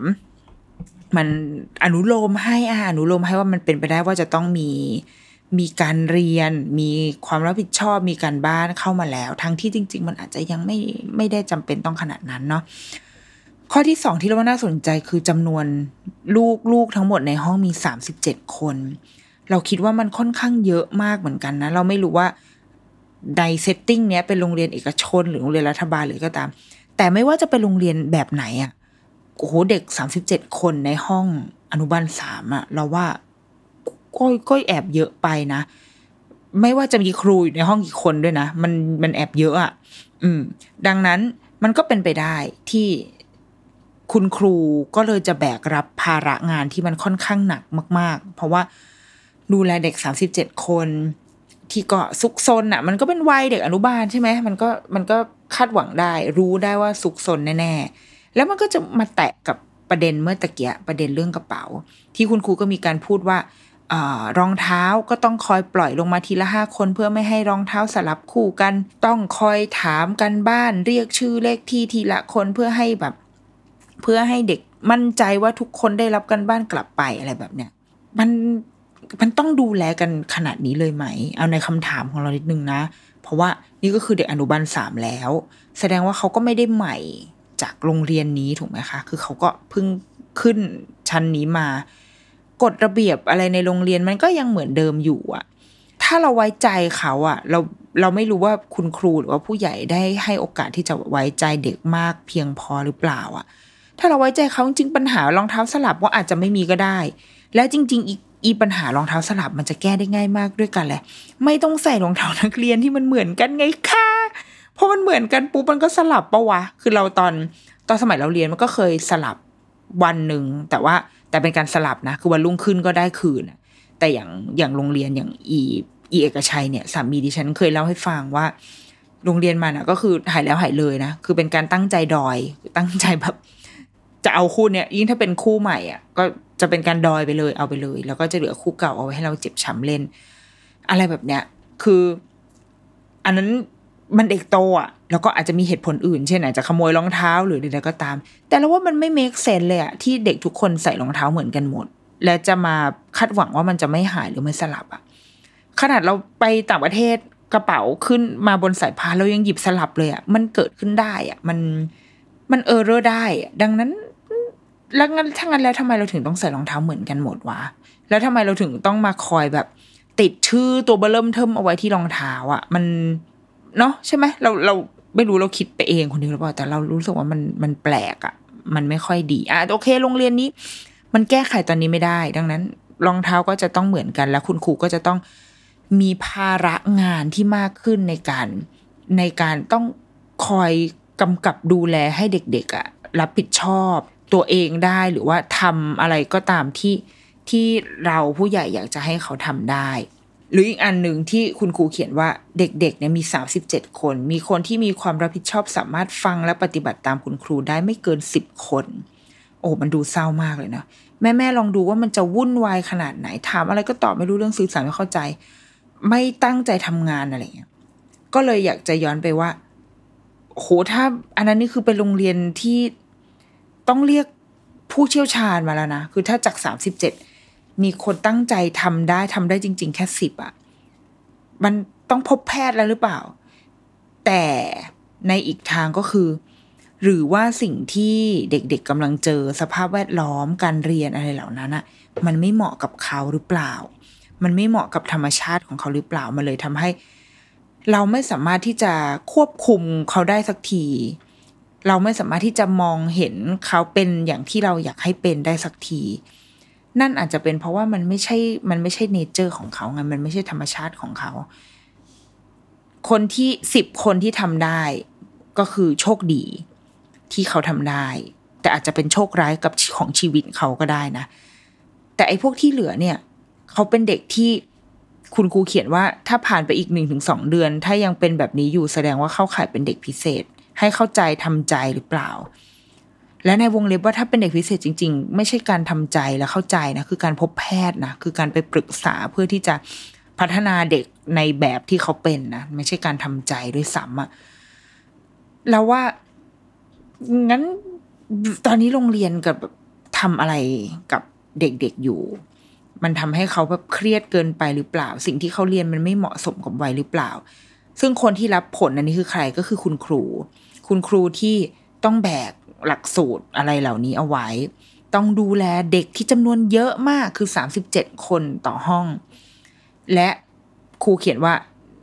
3มันอนุโลมให้ว่ามันเป็นไปได้ว่าจะต้องมีการเรียนมีความรับผิดชอบมีการบ้านเข้ามาแล้วทั้งที่จริงๆมันอาจจะยังไม่ได้จำเป็นต้องขนาดนั้นเนาะข้อที่2ที่เราว่าน่าสนใจคือจำนวนลูกทั้งหมดในห้องมี37คนเราคิดว่ามันค่อนข้างเยอะมากเหมือนกันนะเราไม่รู้ว่าในเซตติ้งเนี้ยเป็นโรงเรียนเอกชนหรือโรงเรียนรัฐบาลหรือก็ตามแต่ไม่ว่าจะเป็นโรงเรียนแบบไหนอ่ะโอ้โหเด็ก37คนในห้องอนุบาล3อ่ะเราว่าก็แอบเยอะไปนะไม่ว่าจะมีครูอยู่ในห้องกี่คนด้วยนะมันแอบเยอะอ่ะดังนั้นมันก็เป็นไปได้ที่คุณครูก็เลยจะแบกรับภาระงานที่มันค่อนข้างหนักมากๆเพราะว่าดูแลเด็ก37คนที่ก็ซุกซนอ่ะมันก็เป็นวัยเด็กอนุบาลใช่ไหมมันก็คาดหวังได้รู้ได้ว่าซุกซนแน่ๆแล้วมันก็จะมาแตะกับประเด็นเมื่อตะเกียประเด็นเรื่องกระเป๋าที่คุณครูก็มีการพูดว่ารองเท้าก็ต้องคอยปล่อยลงมาทีละ5คนเพื่อไม่ให้รองเท้าสลับคู่กันต้องคอยถามกันบ้านเรียกชื่อเลขที่ทีละคนเพื่อให้เด็กมั่นใจว่าทุกคนได้รับกันบ้านกลับไปอะไรแบบเนี้ยมันต้องดูแลกันขนาดนี้เลยไหมเอาในคำถามของเรานิดนึงนะเพราะว่านี่ก็คือเด็กอนุบาล3แล้วแสดงว่าเขาก็ไม่ได้ใหม่จากโรงเรียนนี้ถูกไหมคะคือเขาก็เพิ่งขึ้นชั้นนี้มากฎระเบียบอะไรในโรงเรียนมันก็ยังเหมือนเดิมอยู่อ่ะถ้าเราไว้ใจเขาอ่ะเราไม่รู้ว่าคุณครูหรือว่าผู้ใหญ่ได้ให้โอกาสที่จะไว้ใจเด็กมากเพียงพอหรือเปล่าอ่ะถ้าเราไว้ใจเขาจริงปัญหารองเท้าสลับก็อาจจะไม่มีก็ได้และจริงๆอีปัญหารองเท้าสลับมันจะแก้ได้ง่ายมากด้วยกันแหละไม่ต้องใส่รองเท้านักเรียนที่มันเหมือนกันไงคะเพราะมันเหมือนกันปุ๊บมันก็สลับปะวะคือเราตอนสมัยเราเรียนมันก็เคยสลับวันนึงแต่เป็นการสลับนะคือวันรุ่งขึ้นก็ได้คืนแต่อย่างโรงเรียนอย่างเอกชัยเนี่ยสามีดิฉันเคยเล่าให้ฟังว่าโรงเรียนมันอ่ะก็คือหายแล้วหายเลยนะคือเป็นการตั้งใจดอยตั้งใจแบบจะเอาคู่เนี่ยยิ่งถ้าเป็นคู่ใหม่อ่ะก็จะเป็นการดอยไปเลยเอาไปเลยแล้วก็จะเหลือคู่เก่าเอาไว้ให้เราเจ็บช้ำเล่นอะไรแบบเนี้ยคืออันนั้นมันเด็กโตอ่ะแล้วก็อาจจะมีเหตุผลอื่นเช่นอาจจะขโมยรองเท้าหรืออะไรก็ตามแต่เราว่ามันไม่เมคเซนส์เลยอ่ะที่เด็กทุกคนใส่รองเท้าเหมือนกันหมดและจะมาคาดหวังว่ามันจะไม่หายหรือไม่สลับอ่ะขนาดเราไปต่างประเทศกระเป๋าขึ้นมาบนสายพานเรายังหยิบสลับเลยอ่ะมันเกิดขึ้นได้อ่ะมันเออร์เรอร์ได้ดังนั้นแล้วงั้นถ้างั้นแล้วทำไมเราถึงต้องใส่รองเท้าเหมือนกันหมดวะแล้วทำไมเราถึงต้องมาคอยแบบติดชื่อตัวเบอร์เริ่มเทิมเอาไว้ที่รองเท้าอ่ะมันเนาะใช่ไหมเราไม่รู้เราคิดไปเองคนเดียวหรือเปล่าแต่เรารู้สึกว่ามันแปลกอ่ะมันไม่ค่อยดีโอเคโรงเรียนนี้มันแก้ไขตอนนี้ไม่ได้ดังนั้นรองเท้าก็จะต้องเหมือนกันแล้วคุณครูก็จะต้องมีภาระงานที่มากขึ้นในการต้องคอยกำกับดูแลให้เด็กๆอ่ะรับผิดชอบตัวเองได้หรือว่าทำอะไรก็ตามที่เราผู้ใหญ่อยากจะให้เขาทำได้หรืออีกอันหนึ่งที่คุณครูเขียนว่าเด็กๆเนี่ยมี37คนมีคนที่มีความรับผิดชอบสามารถฟังและปฏิบัติตามคุณครูได้ไม่เกิน10คนโอ้มันดูเศร้ามากเลยนะแม่ลองดูว่ามันจะวุ่นวายขนาดไหนถามอะไรก็ตอบไม่รู้เรื่องสื่อสารไม่เข้าใจไม่ตั้งใจทำงานอะไรเงี้ยก็เลยอยากจะย้อนไปว่าโหถ้าอันนั้นนี่คือเป็นโรงเรียนที่ต้องเรียกผู้เชี่ยวชาญมาแล้วนะคือถ้าจาก37มีคนตั้งใจทำได้จริงๆแค่10อ่ะมันต้องพบแพทย์แล้วหรือเปล่าแต่ในอีกทางก็คือหรือว่าสิ่งที่เด็กๆกำลังเจอสภาพแวดล้อมการเรียนอะไรเหล่านั้นอ่ะมันไม่เหมาะกับเขาหรือเปล่ามันไม่เหมาะกับธรรมชาติของเขาหรือเปล่ามันเลยทำให้เราไม่สามารถที่จะควบคุมเขาได้สักทีเราไม่สามารถที่จะมองเห็นเขาเป็นอย่างที่เราอยากให้เป็นได้สักทีนั่นอาจจะเป็นเพราะว่ามันไม่ใช่เนเจอร์ของเขาไงมันไม่ใช่ธรรมชาติของเขาคนที่10คนที่ทำได้ก็คือโชคดีที่เขาทำได้แต่อาจจะเป็นโชคร้ายกับของชีวิตเขาก็ได้นะแต่ไอ้พวกที่เหลือเนี่ยเขาเป็นเด็กที่คุณครูเขียนว่าถ้าผ่านไปอีก 1-2 เดือนถ้ายังเป็นแบบนี้อยู่แสดงว่าเข้าข่ายเป็นเด็กพิเศษให้เข้าใจทำใจหรือเปล่าและในวงเล็บว่าถ้าเป็นเด็กพิเศษจริงๆไม่ใช่การทำใจและเข้าใจนะคือการพบแพทย์นะคือการไปปรึกษาเพื่อที่จะพัฒนาเด็กในแบบที่เขาเป็นนะไม่ใช่การทำใจด้วยซ้ำอะแล้วว่างั้นตอนนี้โรงเรียนกับทำอะไรกับเด็กๆอยู่มันทำให้เขาแบบเครียดเกินไปหรือเปล่าสิ่งที่เขาเรียนมันไม่เหมาะสมกับวัยหรือเปล่าซึ่งคนที่รับผลอันนี้คือใครก็คือคุณครูที่ต้องแบกหลักสูตรอะไรเหล่านี้เอาไว้ต้องดูแลเด็กที่จำนวนเยอะมากคือ37คนต่อห้องและครูเขียนว่า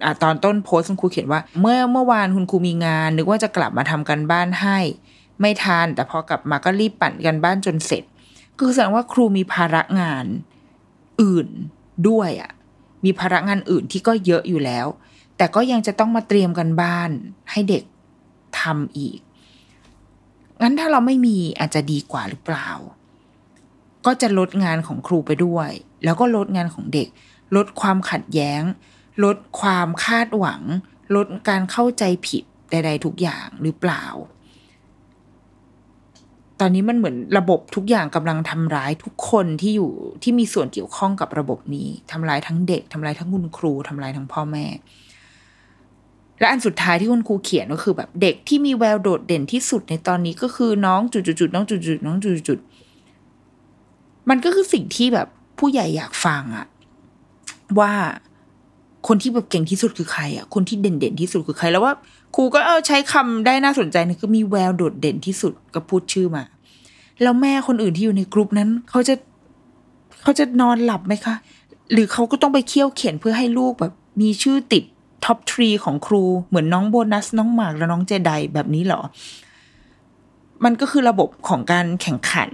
ตอนต้นโพสต์คุณครูเขียนว่าเมื่อวานคุณครูมีงานนึกว่าจะกลับมาทำกันบ้านให้ไม่ทันแต่พอกลับมาก็รีบปั่นกันบ้านจนเสร็จก็แสดงว่าครูมีภาระงานอื่นด้วยมีภาระงานอื่นที่ก็เยอะอยู่แล้วแต่ก็ยังจะต้องมาเตรียมกันบ้านให้เด็กทำอีกงั้นถ้าเราไม่มีอาจจะดีกว่าหรือเปล่าก็จะลดงานของครูไปด้วยแล้วก็ลดงานของเด็กลดความขัดแย้งลดความคาดหวังลดการเข้าใจผิดใดๆทุกอย่างหรือเปล่าตอนนี้มันเหมือนระบบทุกอย่างกำลังทำร้ายทุกคนที่มีส่วนเกี่ยวข้องกับระบบนี้ทำร้ายทั้งเด็กทำร้ายทั้งคุณครูทำร้ายทั้งพ่อแม่และอันสุดท้ายที่คุณครูเขียนก็คือแบบเด็กที่มีแววโดดเด่นที่สุดในตอนนี้ก็คือน้องจุดๆน้องจุดๆน้องจุดๆมันก็คือสิ่งที่แบบผู้ใหญ่อยากฟังว่าคนที่แบบเก่งที่สุดคือใครคนที่เด่นๆที่สุดคือใครแล้วว่าครูก็ใช้คำได้น่าสนใจนะคือมีแววโดดเด่นที่สุดก็พูดชื่อมาแล้วแม่คนอื่นที่อยู่ในกลุ่มนั้นเขาจะนอนหลับไหมคะหรือเขาก็ต้องไปเคี่ยวเขียนเพื่อให้ลูกแบบมีชื่อติดท็อป3ของครูเหมือนน้องโบนัสน้องหมากและน้องเจไดแบบนี้เหรอมันก็คือระบบของการแข่งขัน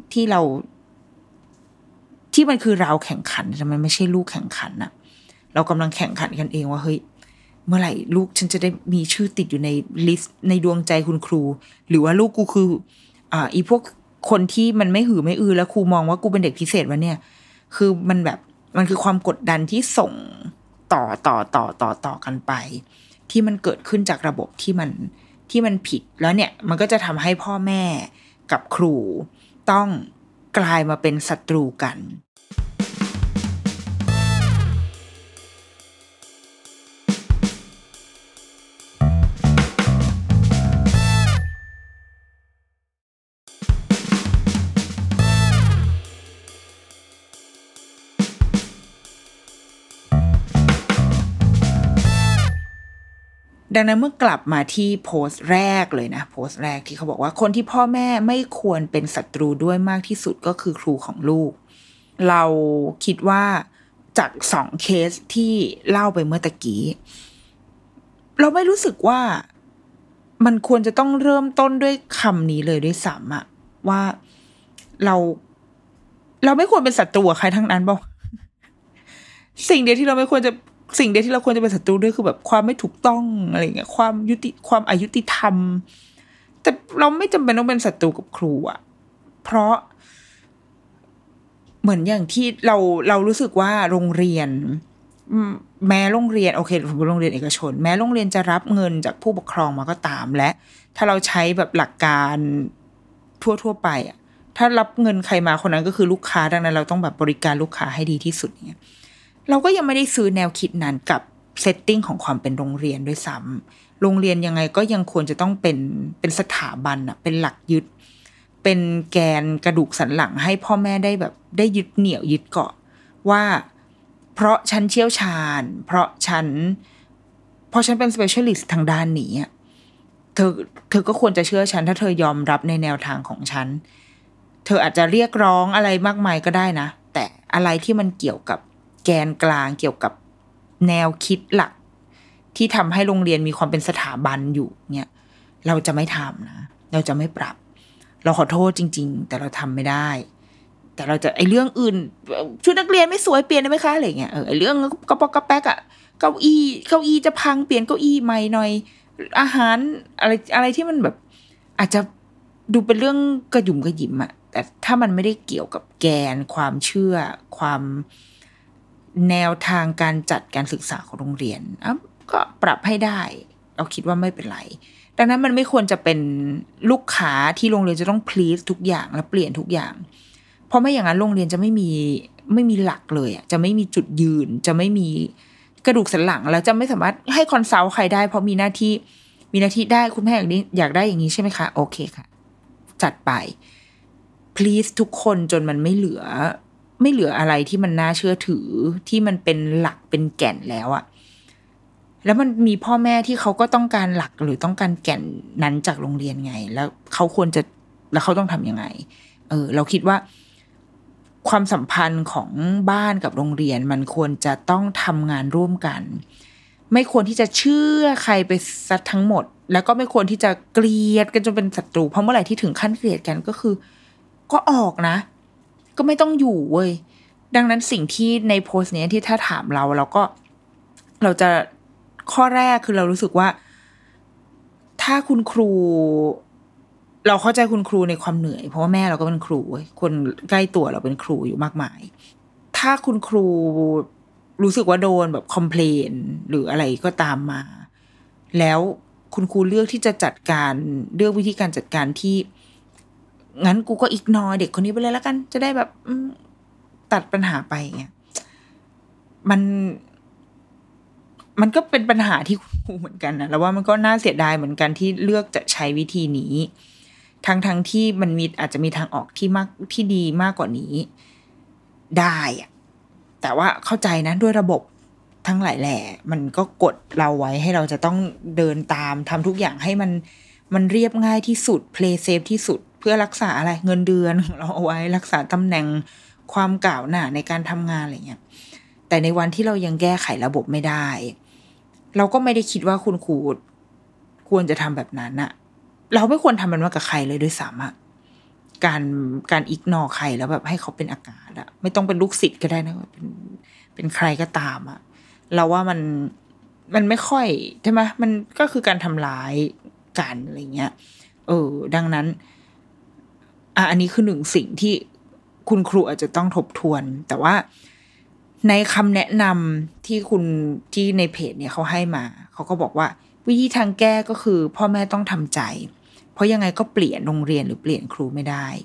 ที่มันคือเราแข่งขันแต่มันไม่ใช่ลูกแข่งขันเรากำลังแข่งขันกันเองว่าเฮ้ยเมื่อไหร่ลูกฉันจะได้มีชื่อติดอยู่ในลิสต์ในดวงใจคุณครูหรือว่าลูกกูคืออีพวกคนที่มันไม่หือไม่อือแล้วครูมองว่ากูเป็นเด็กพิเศษวะเนี่ยคือมันแบบมันคือความกดดันที่ส่งต่อกันไปที่มันเกิดขึ้นจากระบบที่มันผิดแล้วเนี่ยมันก็จะทำให้พ่อแม่กับครูต้องกลายมาเป็นศัตรูกันดังนั้นเมื่อกลับมาที่โพสต์แรกเลยนะโพสต์แรกที่เขาบอกว่าคนที่พ่อแม่ไม่ควรเป็นศัตรูด้วยมากที่สุดก็คือครูของลูกเราคิดว่าจาก2เคสที่เล่าไปเมื่อตะกี้เราไม่รู้สึกว่ามันควรจะต้องเริ่มต้นด้วยคำนี้เลยด้วยซ้ำว่าเราไม่ควรเป็นศัตรูกับใครทั้งนั้นบอกสิ่งเดียวที่เราควรจะเป็นศัตรูด้วยคือแบบความไม่ถูกต้องอะไรเงี้ยความอายุติธรรมแต่เราไม่จำเป็นต้องเป็นศัตรูกับครูเพราะเหมือนอย่างที่เรารู้สึกว่าโรงเรียนแม้โรงเรียนโอเคโรงเรียนเอกชนแม้โรงเรียนจะรับเงินจากผู้ปกครองมาก็ตามและถ้าเราใช้แบบหลักการทั่วไปถ้ารับเงินใครมาคนนั้นก็คือลูกค้าดังนั้นเราต้องแบบบริการลูกค้าให้ดีที่สุดเงี้ยเราก็ยังไม่ได้ซื้อแนวคิดนั้นกับเซตติ้งของความเป็นโรงเรียนด้วยซ้ำโรงเรียนยังไงก็ยังควรจะต้องเป็นสถาบันเป็นหลักยึดเป็นแกนกระดูกสันหลังให้พ่อแม่ได้แบบได้ยึดเหนี่ยวยึดเกาะว่าเพราะฉันเชี่ยวชาญเพราะฉันเป็น specialist ทางด้านนี้เธอก็ควรจะเชื่อฉันถ้าเธอยอมรับในแนวทางของฉันเธออาจจะเรียกร้องอะไรมากมายก็ได้นะแต่อะไรที่มันเกี่ยวกับแกนกลางเกี่ยวกับแนวคิดหลักที่ทำให้โรงเรียนมีความเป็นสถาบันอยู่เนี่ยเราจะไม่ทำนะเราจะไม่ปรับเราขอโทษจริงๆแต่เราทำไม่ได้แต่เราจะไอ้เรื่องอื่นชุดนักเรียนไม่สวยเปลี่ยนได้ไหมคะอะไรเงี้ยไอ้เรื่องกระปอกกระแป๊กเก้าอี้จะพังเปลี่ยนเก้าอี้ใหม่หน่อยอาหารอะไรที่มันแบบอาจจะดูเป็นเรื่องกระหยุ่มกระหยิมแต่ถ้ามันไม่ได้เกี่ยวกับแกนความเชื่อความแนวทางการจัดการศึกษาของโรงเรียนก็ปรับให้ได้เราคิดว่าไม่เป็นไรดังนั้นมันไม่ควรจะเป็นลูกค้าที่โรงเรียนจะต้อง please ทุกอย่างและเปลี่ยนทุกอย่างเพราะไม่อย่างนั้นโรงเรียนจะไม่มีหลักเลยจะไม่มีจุดยืนจะไม่มีกระดูกสันหลังแล้วจะไม่สามารถให้คอนซัลท์ใครได้เพราะมีหน้าที่ได้คุณแม่อยากได้อย่างนี้ใช่ไหมคะโอเคค่ะจัดไป please ทุกคนจนมันไม่เหลืออะไรที่มันน่าเชื่อถือที่มันเป็นหลักเป็นแก่นแล้วแล้วมันมีพ่อแม่ที่เขาก็ต้องการหลักหรือต้องการแก่นนั้นจากโรงเรียนไงแล้วเขาต้องทำยังไงเราคิดว่าความสัมพันธ์ของบ้านกับโรงเรียนมันควรจะต้องทำงานร่วมกันไม่ควรที่จะเชื่อใครไปซะทั้งหมดแล้วก็ไม่ควรที่จะเกลียดกันจนเป็นศัตรูเพราะเมื่อไหร่ที่ถึงขั้นเกลียดกันก็คือก็ออกนะก็ไม่ต้องอยู่เว้ยดังนั้นสิ่งที่ในโพสต์นี้ที่ถ้าถามเราจะข้อแรกคือเรารู้สึกว่าถ้าคุณครูเราเข้าใจคุณครูในความเหนื่อยเพราะว่าแม่เราก็เป็นครูคนใกล้ตัวเราเป็นครูอยู่มากมายถ้าคุณครูรู้สึกว่าโดนแบบคอมเพลนหรืออะไรก็ตามมาแล้วคุณครูเลือกที่จะจัดการเลือกวิธีการจัดการที่งั้นกูก็อิกนอร์เด็กคนนี้ไปเลยแล้วกันจะได้แบบตัดปัญหาไปเงี้ยมันก็เป็นปัญหาที่คุณครูเหมือนกันนะแล้วว่ามันก็น่าเสียดายเหมือนกันที่เลือกจะใช้วิธีนี้ทั้งที่มันอาจจะมีทางออกที่ดีมากกว่านี้ได้อะแต่ว่าเข้าใจนะด้วยระบบทั้งหลายแหล่มันก็กดเราไว้ให้เราจะต้องเดินตามทำทุกอย่างให้มันเรียบง่ายที่สุด play safe ที่สุดเพื่อรักษาอะไรเงินเดือนของเราเอาไว้รักษาตำแหน่งความก้าวหน้าในการทำงานอะไรเงี้ยแต่ในวันที่เรายังแก้ไขระบบไม่ได้เราก็ไม่ได้คิดว่าคุณครูควรจะทำแบบนั้นอะเราไม่ควรทำมันมากับใครเลยด้วยซ้ำอะการอิกนอใครแล้วแบบให้เขาเป็นอากาศอะไม่ต้องเป็นลูกศิษย์ก็ได้นะเป็นใครก็ตามอะเราว่ามันไม่ค่อยใช่ไหมมันก็คือการทำร้ายกันอะไรเงี้ยดังนั้นอันนี้คือหนึ่งสิ่งที่คุณครูอาจจะต้องทบทวนแต่ว่าในคำแนะนำที่ในเพจเนี่ยเขาให้มาเขาก็บอกว่าวิธีทางแก้ก็คือพ่อแม่ต้องทำใจเพราะยังไงก็เปลี่ยนโรงเรียนหรือเปลี่ยนครูไม่ได้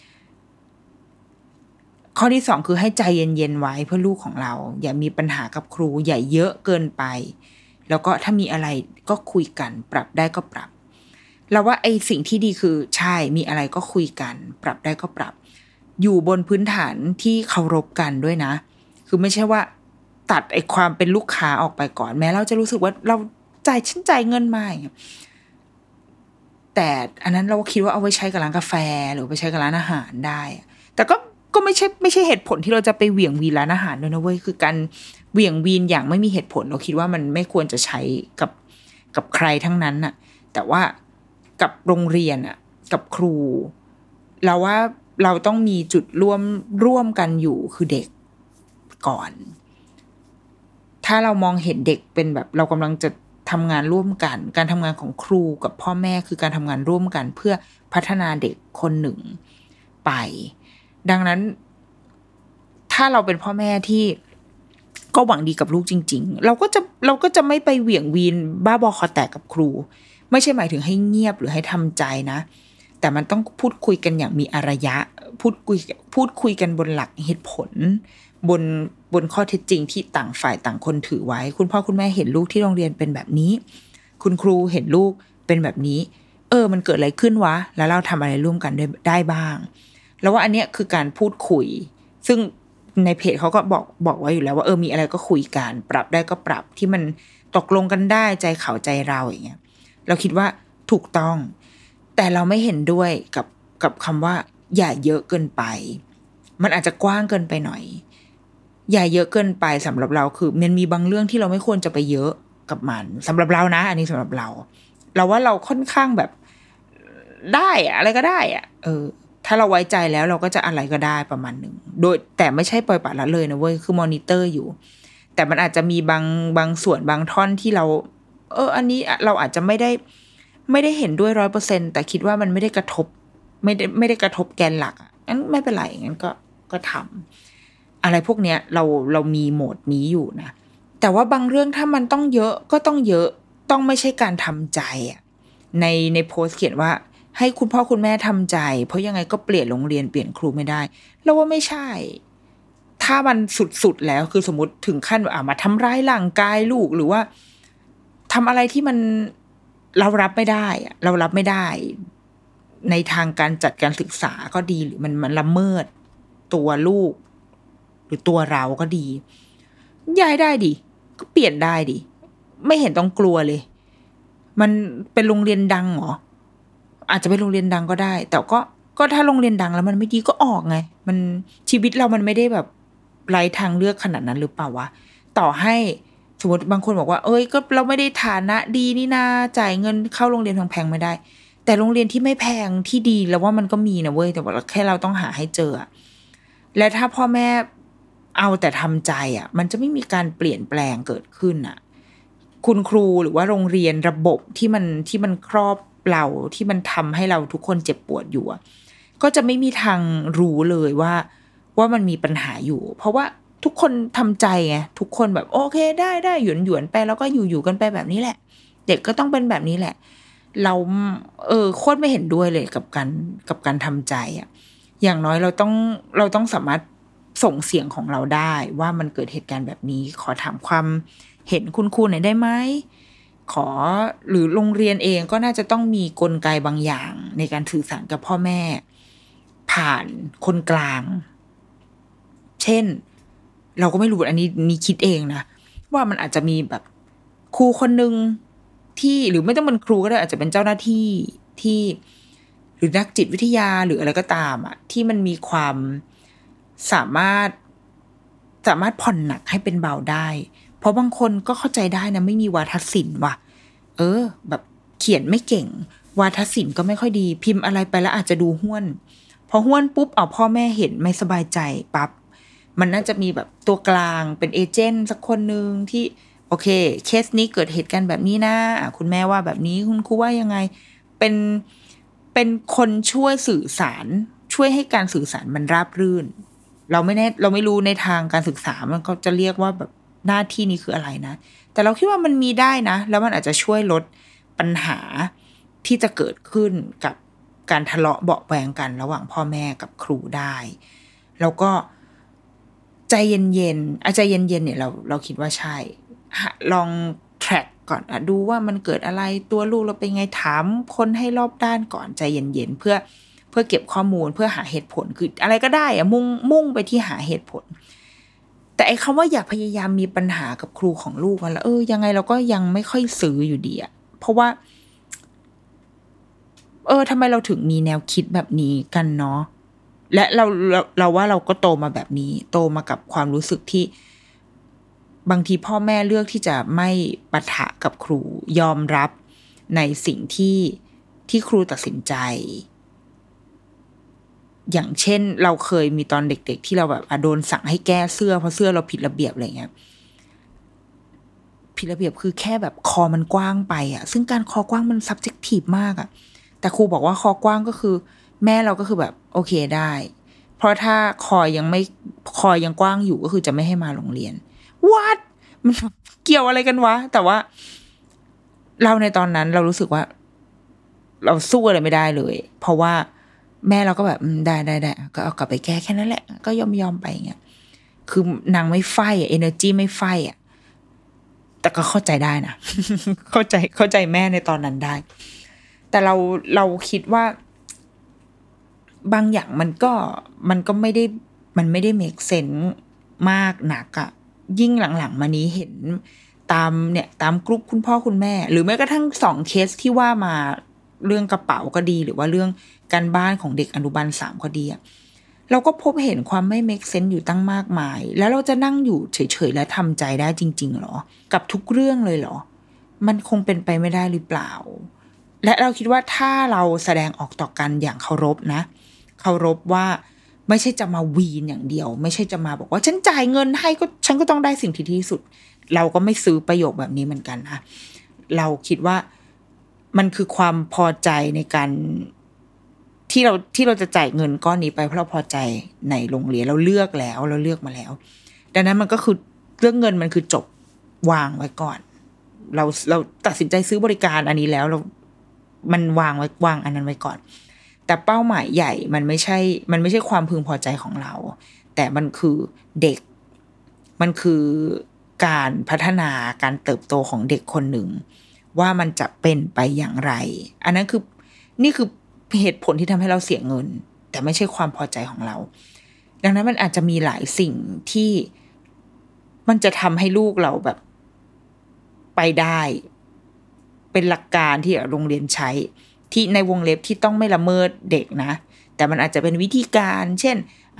ข้อที่สองคือให้ใจเย็นๆไว้เพื่อลูกของเราอย่ามีปัญหากับครูอย่าเยอะเกินไปแล้วก็ถ้ามีอะไรก็คุยกันปรับได้ก็ปรับเราว่าไอ้สิ่งที่ดีคือใช่มีอะไรก็คุยกันปรับได้ก็ปรับอยู่บนพื้นฐานที่เคารพกันด้วยนะคือไม่ใช่ว่าตัดไอ้ความเป็นลูกค้าออกไปก่อนแม้เราจะรู้สึกว่าเราฉันจ่ายเงินมาอย่างเงี้ยแต่อันนั้นเราคิดว่าเอาไว้ใช้กับร้านกาแฟหรือไปใช้กับร้านอาหารได้แต่ก็ไม่ใช่เหตุผลที่เราจะไปเหวี่ยงวีนร้านอาหารด้วยนะเว้ยคือการเหวี่ยงวีนอย่างไม่มีเหตุผลเราคิดว่ามันไม่ควรจะใช้กับใครทั้งนั้นน่ะแต่ว่ากับโรงเรียนอ่ะกับครูเราว่าเราต้องมีจุดร่วมกันอยู่คือเด็กก่อนถ้าเรามองเห็นเด็กเป็นแบบเรากำลังจะทำงานร่วมกันการทำงานของครูกับพ่อแม่คือการทำงานร่วมกันเพื่อพัฒนาเด็กคนหนึ่งไปดังนั้นถ้าเราเป็นพ่อแม่ที่ก็หวังดีกับลูกจริงๆเราก็จะไม่ไปเหวี่ยงวีนบ้าบอคอแตกกับครูไม่ใช่หมายถึงให้เงียบหรือให้ทำใจนะแต่มันต้องพูดคุยกันอย่างมีอารยะพูดคุยกันบนหลักเหตุผลบนข้อเท็จจริงที่ต่างฝ่ายต่างคนถือไว้คุณพ่อคุณแม่เห็นลูกที่โรงเรียนเป็นแบบนี้คุณครูเห็นลูกเป็นแบบนี้มันเกิดอะไรขึ้นวะแล้วเราทำอะไรร่วมกันได้บ้างแล้วว่าอันเนี้ยคือการพูดคุยซึ่งในเพจเขาก็บอกไว้อยู่แล้วว่ามีอะไรก็คุยกันปรับได้ก็ปรับที่มันตกลงกันได้ใจเขาใจเราอย่างเงี้ยเราคิดว่าถูกต้องแต่เราไม่เห็นด้วยกับคำว่าอย่าเยอะเกินไปมันอาจจะกว้างเกินไปหน่อยอย่าเยอะเกินไปสำหรับเราคือมันมีบางเรื่องที่เราไม่ควรจะไปเยอะกับมันสำหรับเรานะอันนี้สำหรับเราว่าเราค่อนข้างแบบได้อะไรก็ได้ถ้าเราไว้ใจแล้วเราก็จะอะไรก็ได้ประมาณนึงโดยแต่ไม่ใช่ปล่อยปละละเลยนะเว้ยคือมอนิเตอร์อยู่แต่มันอาจจะมีบางส่วนบางท่อนที่เราอันนี้เราอาจจะไม่ได้เห็นด้วย 100% แต่คิดว่ามันไม่ได้กระทบไม่ได้กระทบแกนหลักงั้นไม่เป็นไรงั้นก็ทำอะไรพวกเนี้ยเรามีโหมดนี้อยู่นะแต่ว่าบางเรื่องถ้ามันต้องเยอะก็ต้องเยอะต้องไม่ใช่การทำใจในโพสต์เขียนว่าให้คุณพ่อคุณแม่ทำใจเพราะยังไงก็เปลี่ยนโรงเรียนเปลี่ยนครูไม่ได้เราว่าไม่ใช่ถ้ามันสุดๆแล้วคือสมมติถึงขั้นมาทำร้ายร่างกายลูกหรือว่าทำอะไรที่มันเรารับไม่ได้เรารับไม่ได้ในทางการจัดการศึกษาก็ดีหรือมันละเมิดตัวลูกหรือตัวเราก็ดีย้ายได้ดิก็เปลี่ยนได้ดิไม่เห็นต้องกลัวเลยมันเป็นโรงเรียนดังเหรออาจจะเป็นโรงเรียนดังก็ได้แต่ก็ถ้าโรงเรียนดังแล้วมันไม่ดีก็ออกไงมันชีวิตเรามันไม่ได้แบบไร้ทางเลือกขนาดนั้นหรือเปล่าวะต่อให้สมมติบางคนบอกว่าเอ้ยก็เราไม่ได้ฐานะดีนี่นาจ่ายเงินเข้าโรงเรียนแพงๆไม่ได้แต่โรงเรียนที่ไม่แพงที่ดีแล้วว่ามันก็มีนะเว้ยแต่ว่าแค่เราต้องหาให้เจอและถ้าพ่อแม่เอาแต่ทำใจมันจะไม่มีการเปลี่ยนแปลงเกิดขึ้นคุณครูหรือว่าโรงเรียนระบบที่มันครอบเราที่มันทำให้เราทุกคนเจ็บปวดอยู่ก็จะไม่มีทางรู้เลยว่ามันมีปัญหาอยู่เพราะว่าทุกคนทำใจไงทุกคนแบบโอเคได้หยวนไปแล้วก็อยู่กันไปแบบนี้แหละเด็กก็ต้องเป็นแบบนี้แหละเราโคตรไม่เห็นด้วยเลยกับการทำใจอย่างน้อยเราต้องสามารถส่งเสียงของเราได้ว่ามันเกิดเหตุการณ์แบบนี้ขอถามความเห็นคุณครูหน่อยได้ไหมหรือโรงเรียนเองก็น่าจะต้องมีกลไกบางอย่างในการสื่อสารกับพ่อแม่ผ่านคนกลางเช่นเราก็ไม่รู้อันนี้คิดเองนะว่ามันอาจจะมีแบบครูคนนึงที่หรือไม่ต้องเป็นครูก็ได้อาจจะเป็นเจ้าหน้าที่ที่หรือนักจิตวิทยาหรืออะไรก็ตามที่มันมีความสามารถผ่อนหนักให้เป็นเบาได้เพราะบางคนก็เข้าใจได้นะไม่มีวาทศิลป์ว่ะแบบเขียนไม่เก่งวาทศิลป์ก็ไม่ค่อยดีพิมพ์อะไรไปแล้วอาจจะดูห้วนพอห้วนปุ๊บเอาพ่อแม่เห็นไม่สบายใจปั๊บมันน่าจะมีแบบตัวกลางเป็นเอเจนต์สักคนนึงที่โอเคเคสนี้เกิดเหตุการณ์แบบนี้นะคุณแม่ว่าแบบนี้คุณครูว่ายังไงเป็นคนช่วยสื่อสารช่วยให้การสื่อสารมันราบรื่นเราไม่รู้ในทางการศึกษามันก็จะเรียกว่าแบบหน้าที่นี้คืออะไรนะแต่เราคิดว่ามันมีได้นะแล้วมันอาจจะช่วยลดปัญหาที่จะเกิดขึ้นกับการทะเลาะเบาะแวงกันระหว่างพ่อแม่กับครูได้แล้วก็ใจเย็นๆใจเย็นๆเนี่ยเราคิดว่าใช่ลอง track ก่อนดูว่ามันเกิดอะไรตัวลูกเราเป็นไงถามคนให้รอบด้านก่อนใจเย็นๆเพื่อเก็บข้อมูลเพื่อหาเหตุผลคืออะไรก็ได้มุ่งไปที่หาเหตุผลแต่ไอ้คำว่าอยากพยายามมีปัญหากับครูของลูกแล้วยังไงเราก็ยังไม่ค่อยซื้ออยู่ดีเพราะว่าทำไมเราถึงมีแนวคิดแบบนี้กันเนาะและเราว่าเราก็โตมาแบบนี้โตมากับความรู้สึกที่บางทีพ่อแม่เลือกที่จะไม่ปะทะกับครูยอมรับในสิ่งที่ครูตัดสินใจอย่างเช่นเราเคยมีตอนเด็กๆที่เราแบบโดนสั่งให้แก้เสื้อเพราะเสื้อเราผิดระเบียบอะไรเงี้ยผิดระเบียบคือแค่แบบคอมันกว้างไปซึ่งการคอกว้างมัน subjective มากแต่ครูบอกว่าคอกว้างก็คือแม่เราก็คือแบบโอเคได้เพราะถ้าคอยังกว้างอยู่ก็คือจะไม่ให้มาโรงเรียนwhat มันเกี่ยวอะไรกันวะแต่ว่าเราในตอนนั้นเรารู้สึกว่าเราสู้อะไรไม่ได้เลยเพราะว่าแม่เราก็แบบได้ก็เอากลับไปแก้แค่นั้นแหละก็ยอมไปอย่างเงี้ยคือนางไม่ไฟenergy ไม่ไฟแต่ก็เข้าใจได้นะ เข้าใจแม่ในตอนนั้นได้แต่เราคิดว่าบางอย่างมันก็ไม่ได้ make sense มากหนักยิ่งหลังๆมานี้เห็นตามกลุ่มคุณพ่อคุณแม่หรือแม้กระทั่ง2เคสที่ว่ามาเรื่องกระเป๋าก็ดีหรือว่าเรื่องการบ้านของเด็กอนุบาล3ก็ดีเราก็พบเห็นความไม่ make sense อยู่ตั้งมากมายแล้วเราจะนั่งอยู่เฉยๆและทำใจได้จริงๆหรอกับทุกเรื่องเลยหรอมันคงเป็นไปไม่ได้หรือเปล่าและเราคิดว่าถ้าเราแสดงออกต่อกันอย่างเคารพนะเคารพว่าไม่ใช่จะมาวีนอย่างเดียวไม่ใช่จะมาบอกว่าฉันจ่ายเงินให้ก็ฉันก็ต้องได้สิ่งที่ดีที่สุดเราก็ไม่ซื้อประโยคแบบนี้เหมือนกันนะเราคิดว่ามันคือความพอใจในการที่เราจะจ่ายเงินก้อนนี้ไปเพราะเราพอใจในโรงเรียนเราเลือกมาแล้วดังนั้นมันก็คือเรื่องเงินมันคือจบวางไว้ก่อนเราตัดสินใจซื้อบริการอันนี้แล้วมันวางอันนั้นไว้ก่อนแต่เป้าหมายใหญ่มันไม่ใช่ความพึงพอใจของเราแต่มันคือเด็กมันคือการพัฒนาการเติบโตของเด็กคนหนึ่งว่ามันจะเป็นไปอย่างไรอันนั้นคือนี่คือเหตุผลที่ทำให้เราเสียเงินแต่ไม่ใช่ความพอใจของเราดังนั้นมันอาจจะมีหลายสิ่งที่มันจะทำให้ลูกเราแบบไปได้เป็นหลักการที่โรงเรียนใช้ที่ในวงเล็บที่ต้องไม่ละเมิดเด็กนะแต่มันอาจจะเป็นวิธีการเช่น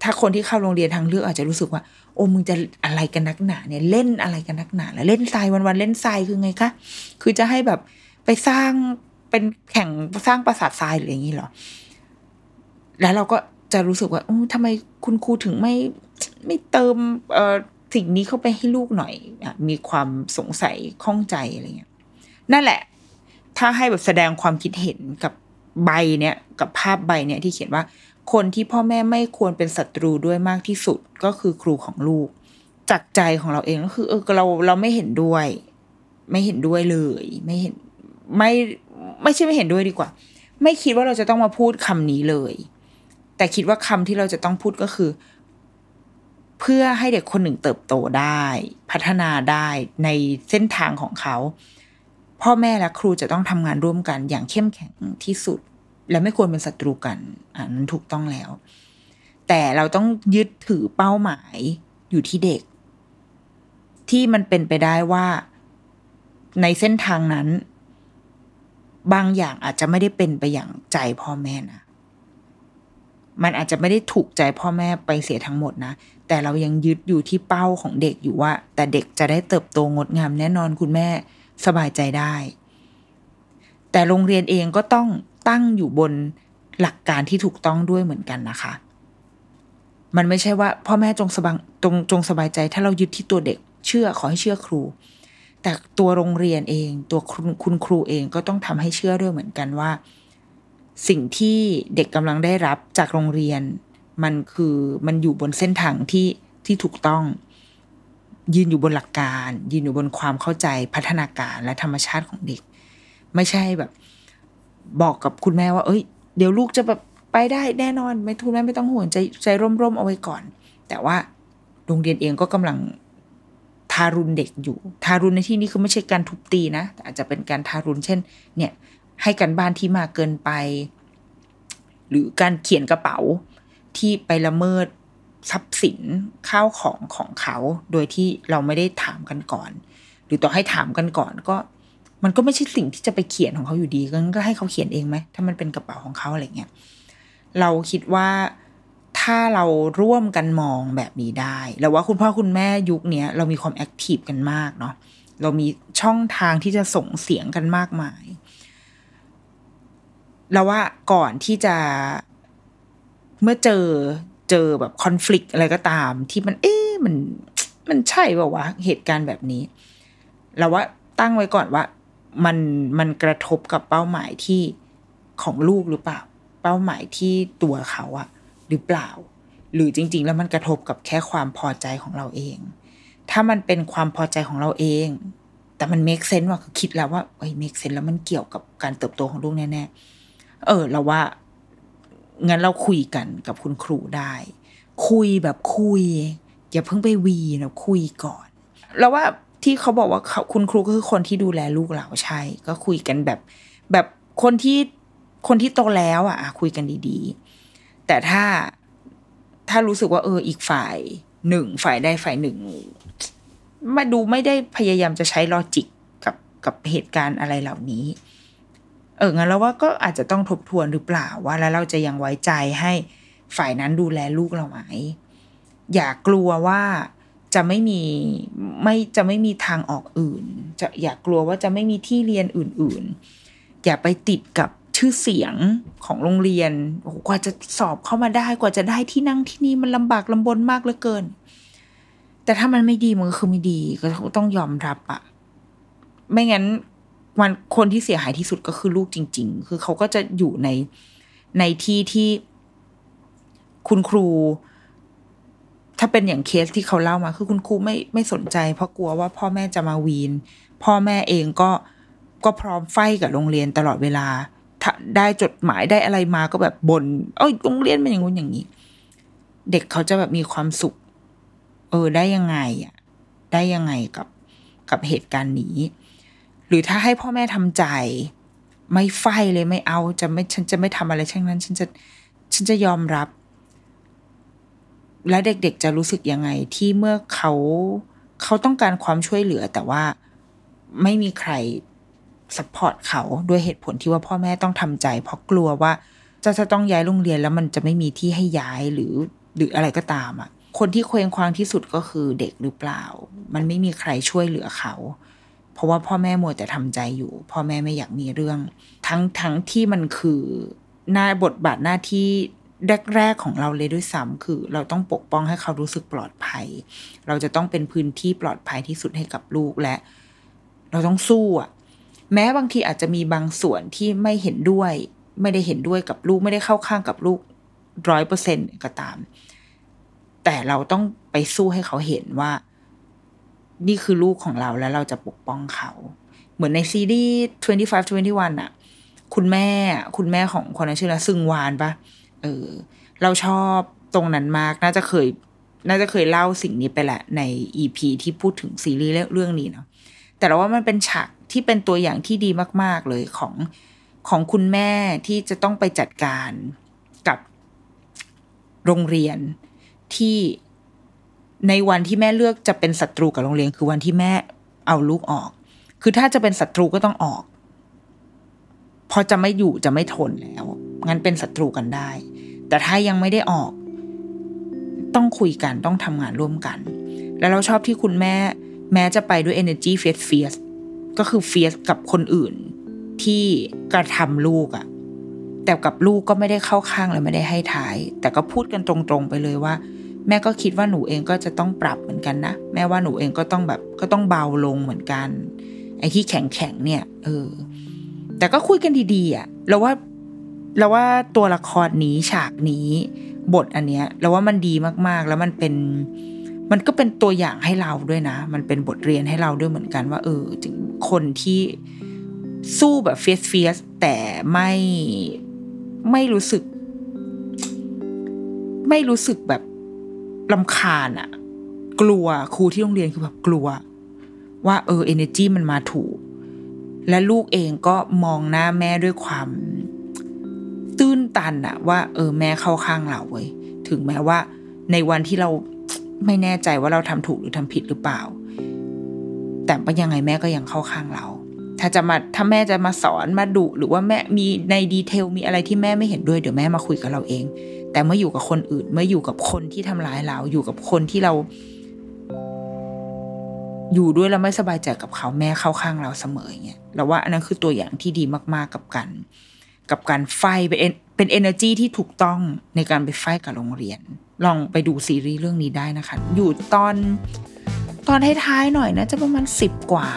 ถ้าคนที่เข้าโรงเรียนทางเลือกอาจจะรู้สึกว่าโอ้มึงจะอะไรกันนักหนาเนี่ยเล่นอะไรกันนักหนาแล้วเล่นทรายวันๆเล่นทรายคือไงคะคือจะให้แบบไปสร้างเป็นแข่งสร้างปราสาททรายหรืออย่างนี้เหรอแล้วเราก็จะรู้สึกว่าทำไมคุณครูถึงไม่เติมสิ่งนี้เข้าไปให้ลูกหน่อยมีความสงสัยข้องใจอะไรเงี้ยนั่นแหละถ้าให้แบบแสดงความคิดเห็นกับใบเนี้ยกับภาพใบเนี้ยที่เขียนว่าคนที่พ่อแม่ไม่ควรเป็นศัตรูด้วยมากที่สุดก็คือครูของลูกจากใจของเราเองก็คือเราไม่เห็นด้วยเลยไม่ใช่ไม่เห็นด้วยดีกว่าไม่คิดว่าเราจะต้องมาพูดคำนี้เลยแต่คิดว่าคำที่เราจะต้องพูดก็คือเพื่อให้เด็กคนหนึ่งเติบโตได้พัฒนาได้ในเส้นทางของเขาพ่อแม่และครูจะต้องทำงานร่วมกันอย่างเข้มแข็งที่สุดและไม่ควรเป็นศัตรูกันนั้นถูกต้องแล้วแต่เราต้องยึดถือเป้าหมายอยู่ที่เด็กที่มันเป็นไปได้ว่าในเส้นทางนั้นบางอย่างอาจจะไม่ได้เป็นไปอย่างใจพ่อแม่นะมันอาจจะไม่ได้ถูกใจพ่อแม่ไปเสียทั้งหมดนะแต่เรายังยึดอยู่ที่เป้าของเด็กอยู่ว่าแต่เด็กจะได้เติบโตงดงามแน่นอนคุณแม่สบายใจได้แต่โรงเรียนเองก็ต้องตั้งอยู่บนหลักการที่ถูกต้องด้วยเหมือนกันนะคะมันไม่ใช่ว่าพ่อแม่จงสบายใจถ้าเรายึดที่ตัวเด็กขอให้เชื่อครูแต่ตัวโรงเรียนเองตัวคุณครูเองก็ต้องทำให้เชื่อด้วยเหมือนกันว่าสิ่งที่เด็กกำลังได้รับจากโรงเรียนมันอยู่บนเส้นทางที่ถูกต้องยืนอยู่บนหลักการยืนอยู่บนความเข้าใจพัฒนาการและธรรมชาติของเด็กไม่ใช่แบบบอกกับคุณแม่ว่าเดี๋ยวลูกจะแบบไปได้แน่นอนคุณแม่ไม่ต้องห่วงใจร่มๆเอาไว้ก่อนแต่ว่าโรงเรียนเองก็กำลังทารุณเด็กอยู่ทารุณในที่นี้คือไม่ใช่การทุบตีนะแต่อาจจะเป็นการทารุณเช่นเนี่ยให้กันบ้านที่มากเกินไปหรือการเขียนกระเป๋าที่ไปละเมิดทรัพย์สินข้าวของเขาโดยที่เราไม่ได้ถามกันก่อนหรือต่อให้ถามกันก่อนก็มันก็ไม่ใช่สิ่งที่จะไปเขียนของเขาอยู่ดีก็ให้เขาเขียนเองไหมถ้ามันเป็นกระเป๋าของเขาอะไรเงี้ยเราคิดว่าถ้าเราร่วมกันมองแบบนี้ได้แล้วว่าคุณพ่อคุณแม่ยุคนี้เรามีความแอคทีฟกันมากเนาะเรามีช่องทางที่จะส่งเสียงกันมากมายแล้วว่าก่อนที่จะเมื่อเจอแบบคอนฟลิกต์อะไรก็ตามที่มันใช่ป่าววะเหตุการณ์แบบนี้เราว่าตั้งไว้ก่อนว่ามันกระทบกับเป้าหมายที่ของลูกหรือเปล่าเป้าหมายที่ตัวเขาอะหรือเปล่าหรือจริงๆแล้วมันกระทบกับแค่ความพอใจของเราเองถ้ามันเป็นความพอใจของเราเองแต่มัน make sense ว่าคือคิดแล้วว่าmake sense แล้วมันเกี่ยวกับการเติบโตของลูกแน่ๆเราว่างั้นเราคุยกันกับคุณครูได้คุยอย่าเพิ่งไปวีนะคุยก่อนแล้วว่าที่เขาบอกว่าคุณครูก็คือคนที่ดูแลลูกเราใช่ก็คุยกันแบบคนที่โตแล้วอ่ะคุยกันดีๆแต่ถ้ารู้สึกว่าอีกฝ่ายใดฝ่ายหนึ่งมาดูไม่ได้พยายามจะใช้ลอจิกกับเหตุการณ์อะไรเหล่านี้งั้นแล้วว่าก็อาจจะต้องทบทวนหรือเปล่าว่าแล้วเราจะยังไว้ใจให้ฝ่ายนั้นดูแลลูกเราไหมอย่ากลัวว่าจะไม่มีทางออกอื่นอย่ากลัวว่าจะไม่มีที่เรียนอื่นๆอย่าไปติดกับชื่อเสียงของโรงเรียนกว่าจะสอบเข้ามาได้กว่าจะได้ที่นั่งที่นี่มันลำบากลำบนมากเหลือเกินแต่ถ้ามันไม่ดีมันก็คือไม่ดีก็ต้องยอมรับอะไม่งั้นคนที่เสียหายที่สุดก็คือลูกจริงๆคือเขาก็จะอยู่ในที่คุณครูถ้าเป็นอย่างเคสที่เขาเล่ามาคือคุณครูไม่สนใจเพราะกลัวว่าพ่อแม่จะมาวีนพ่อแม่เองก็พร้อมไฟกับโรงเรียนตลอดเวลาได้จดหมายได้อะไรมาก็แบบบ่นโรงเรียนเป็นอย่างงู้นอย่างนี้เด็กเขาจะแบบมีความสุขได้ยังไงกับเหตุการณ์นี้หรือถ้าให้พ่อแม่ทำใจไม่ไฟเลยไม่เอาฉันจะไม่ทำอะไรเช่นนั้นฉันจะยอมรับและเด็กๆจะรู้สึกยังไงที่เมื่อเขาต้องการความช่วยเหลือแต่ว่าไม่มีใครซัพพอร์ตเขาด้วยเหตุผลที่ว่าพ่อแม่ต้องทำใจเพราะกลัวว่าจะต้องย้ายโรงเรียนแล้วมันจะไม่มีที่ให้ย้ายหรือหรืออะไรก็ตามอ่ะคนที่เคว้งคว้างที่สุดก็คือเด็กหรือเปล่ามันไม่มีใครช่วยเหลือเขาเพราะว่าพ่อแม่มัวแต่ทำใจอยู่พ่อแม่ไม่อยากมีเรื่องทั้งที่มันคือบทบาทหน้าที่แรกๆของเราเลยด้วยซ้ำคือเราต้องปกป้องให้เขารู้สึกปลอดภัยเราจะต้องเป็นพื้นที่ปลอดภัยที่สุดให้กับลูกและเราต้องสู้อ่ะแม้บางทีอาจจะมีบางส่วนที่ไม่เห็นด้วยไม่ได้เห็นด้วยกับลูกไม่ได้เข้าข้างกับลูก 100% ก็ตามแต่เราต้องไปสู้ให้เขาเห็นว่านี่คือลูกของเราแล้วเราจะปกป้องเขาเหมือนในซีรีส์25-21อ่ะคุณแม่ของคนนั้นชื่ออะไรซึงวานปะเราชอบตรงนั้นมากน่าจะเคยเล่าสิ่งนี้ไปแหละใน EP ที่พูดถึงซีรีส์เรื่องนี้เนาะแต่เราว่ามันเป็นฉากที่เป็นตัวอย่างที่ดีมากๆเลยของคุณแม่ที่จะต้องไปจัดการกับโรงเรียนที่ในวันที่แม่เลือกจะเป็นศัตรูกับโรงเรียนคือวันที่แม่เอาลูกออกคือถ้าจะเป็นศัตรูก็ต้องออกพอจะไม่อยู่จะไม่ทนแล้วงั้นเป็นศัตรูกันได้แต่ถ้ายังไม่ได้ออกต้องคุยกันต้องทำงานร่วมกันแล้วเราชอบที่คุณแม่จะไปด้วย energy fierce ก็คือ fierce กับคนอื่นที่กระทำลูกอะแต่กับลูกก็ไม่ได้เข้าข้างและไม่ได้ให้ท้ายแต่ก็พูดกันตรงๆไปเลยว่าแม่ก็คิดว่าหนูเองก็จะต้องปรับเหมือนกันนะแม่ว่าหนูเองก็ต้องเบาลงเหมือนกันไอ้ที่แข็งเนี่ยแต่ก็คุยกันดีๆอ่ะเราว่าตัวละครนี้ฉากนี้บทอันเนี้ยเราว่ามันดีมากๆแล้วมันก็เป็นตัวอย่างให้เราด้วยนะมันเป็นบทเรียนให้เราด้วยเหมือนกันว่าถึงคนที่สู้แบบเฟียสแต่ไม่รู้สึกแบบรำคาญอ่ะกลัวครูที่โรงเรียนคือแบบกลัวว่าenergy มันมาถูกและลูกเองก็มองหน้าแม่ด้วยความตื้นตันอะว่าแม่เข้าข้างเราเว้ยถึงแม้ว่าในวันที่เราไม่แน่ใจว่าเราทำถูกหรือทำผิดหรือเปล่าแต่ยังไงแม่ก็ยังเข้าข้างเราถ้าแม่จะมาสอนมาดุหรือว่าแม่มีในดีเทลมีอะไรที่แม่ไม่เห็นด้วยเดี๋ยวแม่มาคุยกับเราเองแต่เมื่ออยู่กับคนอื่นเมื่ออยู่กับคนที่ทำร้ายเราอยู่กับคนที่เราอยู่ด้วยแล้วไม่สบายใจกับเขาแม่เข้าข้างเราเสมออย่างเงี้ยเราว่าอันนั้นคือตัวอย่างที่ดีมากๆกับการไฟเป็น energy ที่ถูกต้องในการไปไฟกับโรงเรียนลองไปดูซีรีส์เรื่องนี้ได้นะคะอยู่ตอนท้ายๆหน่อยนะจะประมาณ10กว่า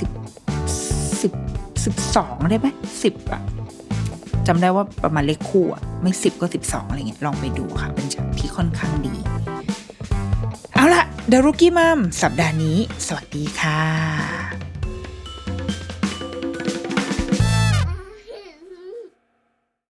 12ได้ไหม10อะจำได้ว่าประมาณเลขคู่อะไม่10ก็12อะไรเงี้ยลองไปดูค่ะเป็นฉากที่ค่อนข้างดีเอาล่ะ The Rookie Mom สัปดาห์นี้สวัสดีค่ะ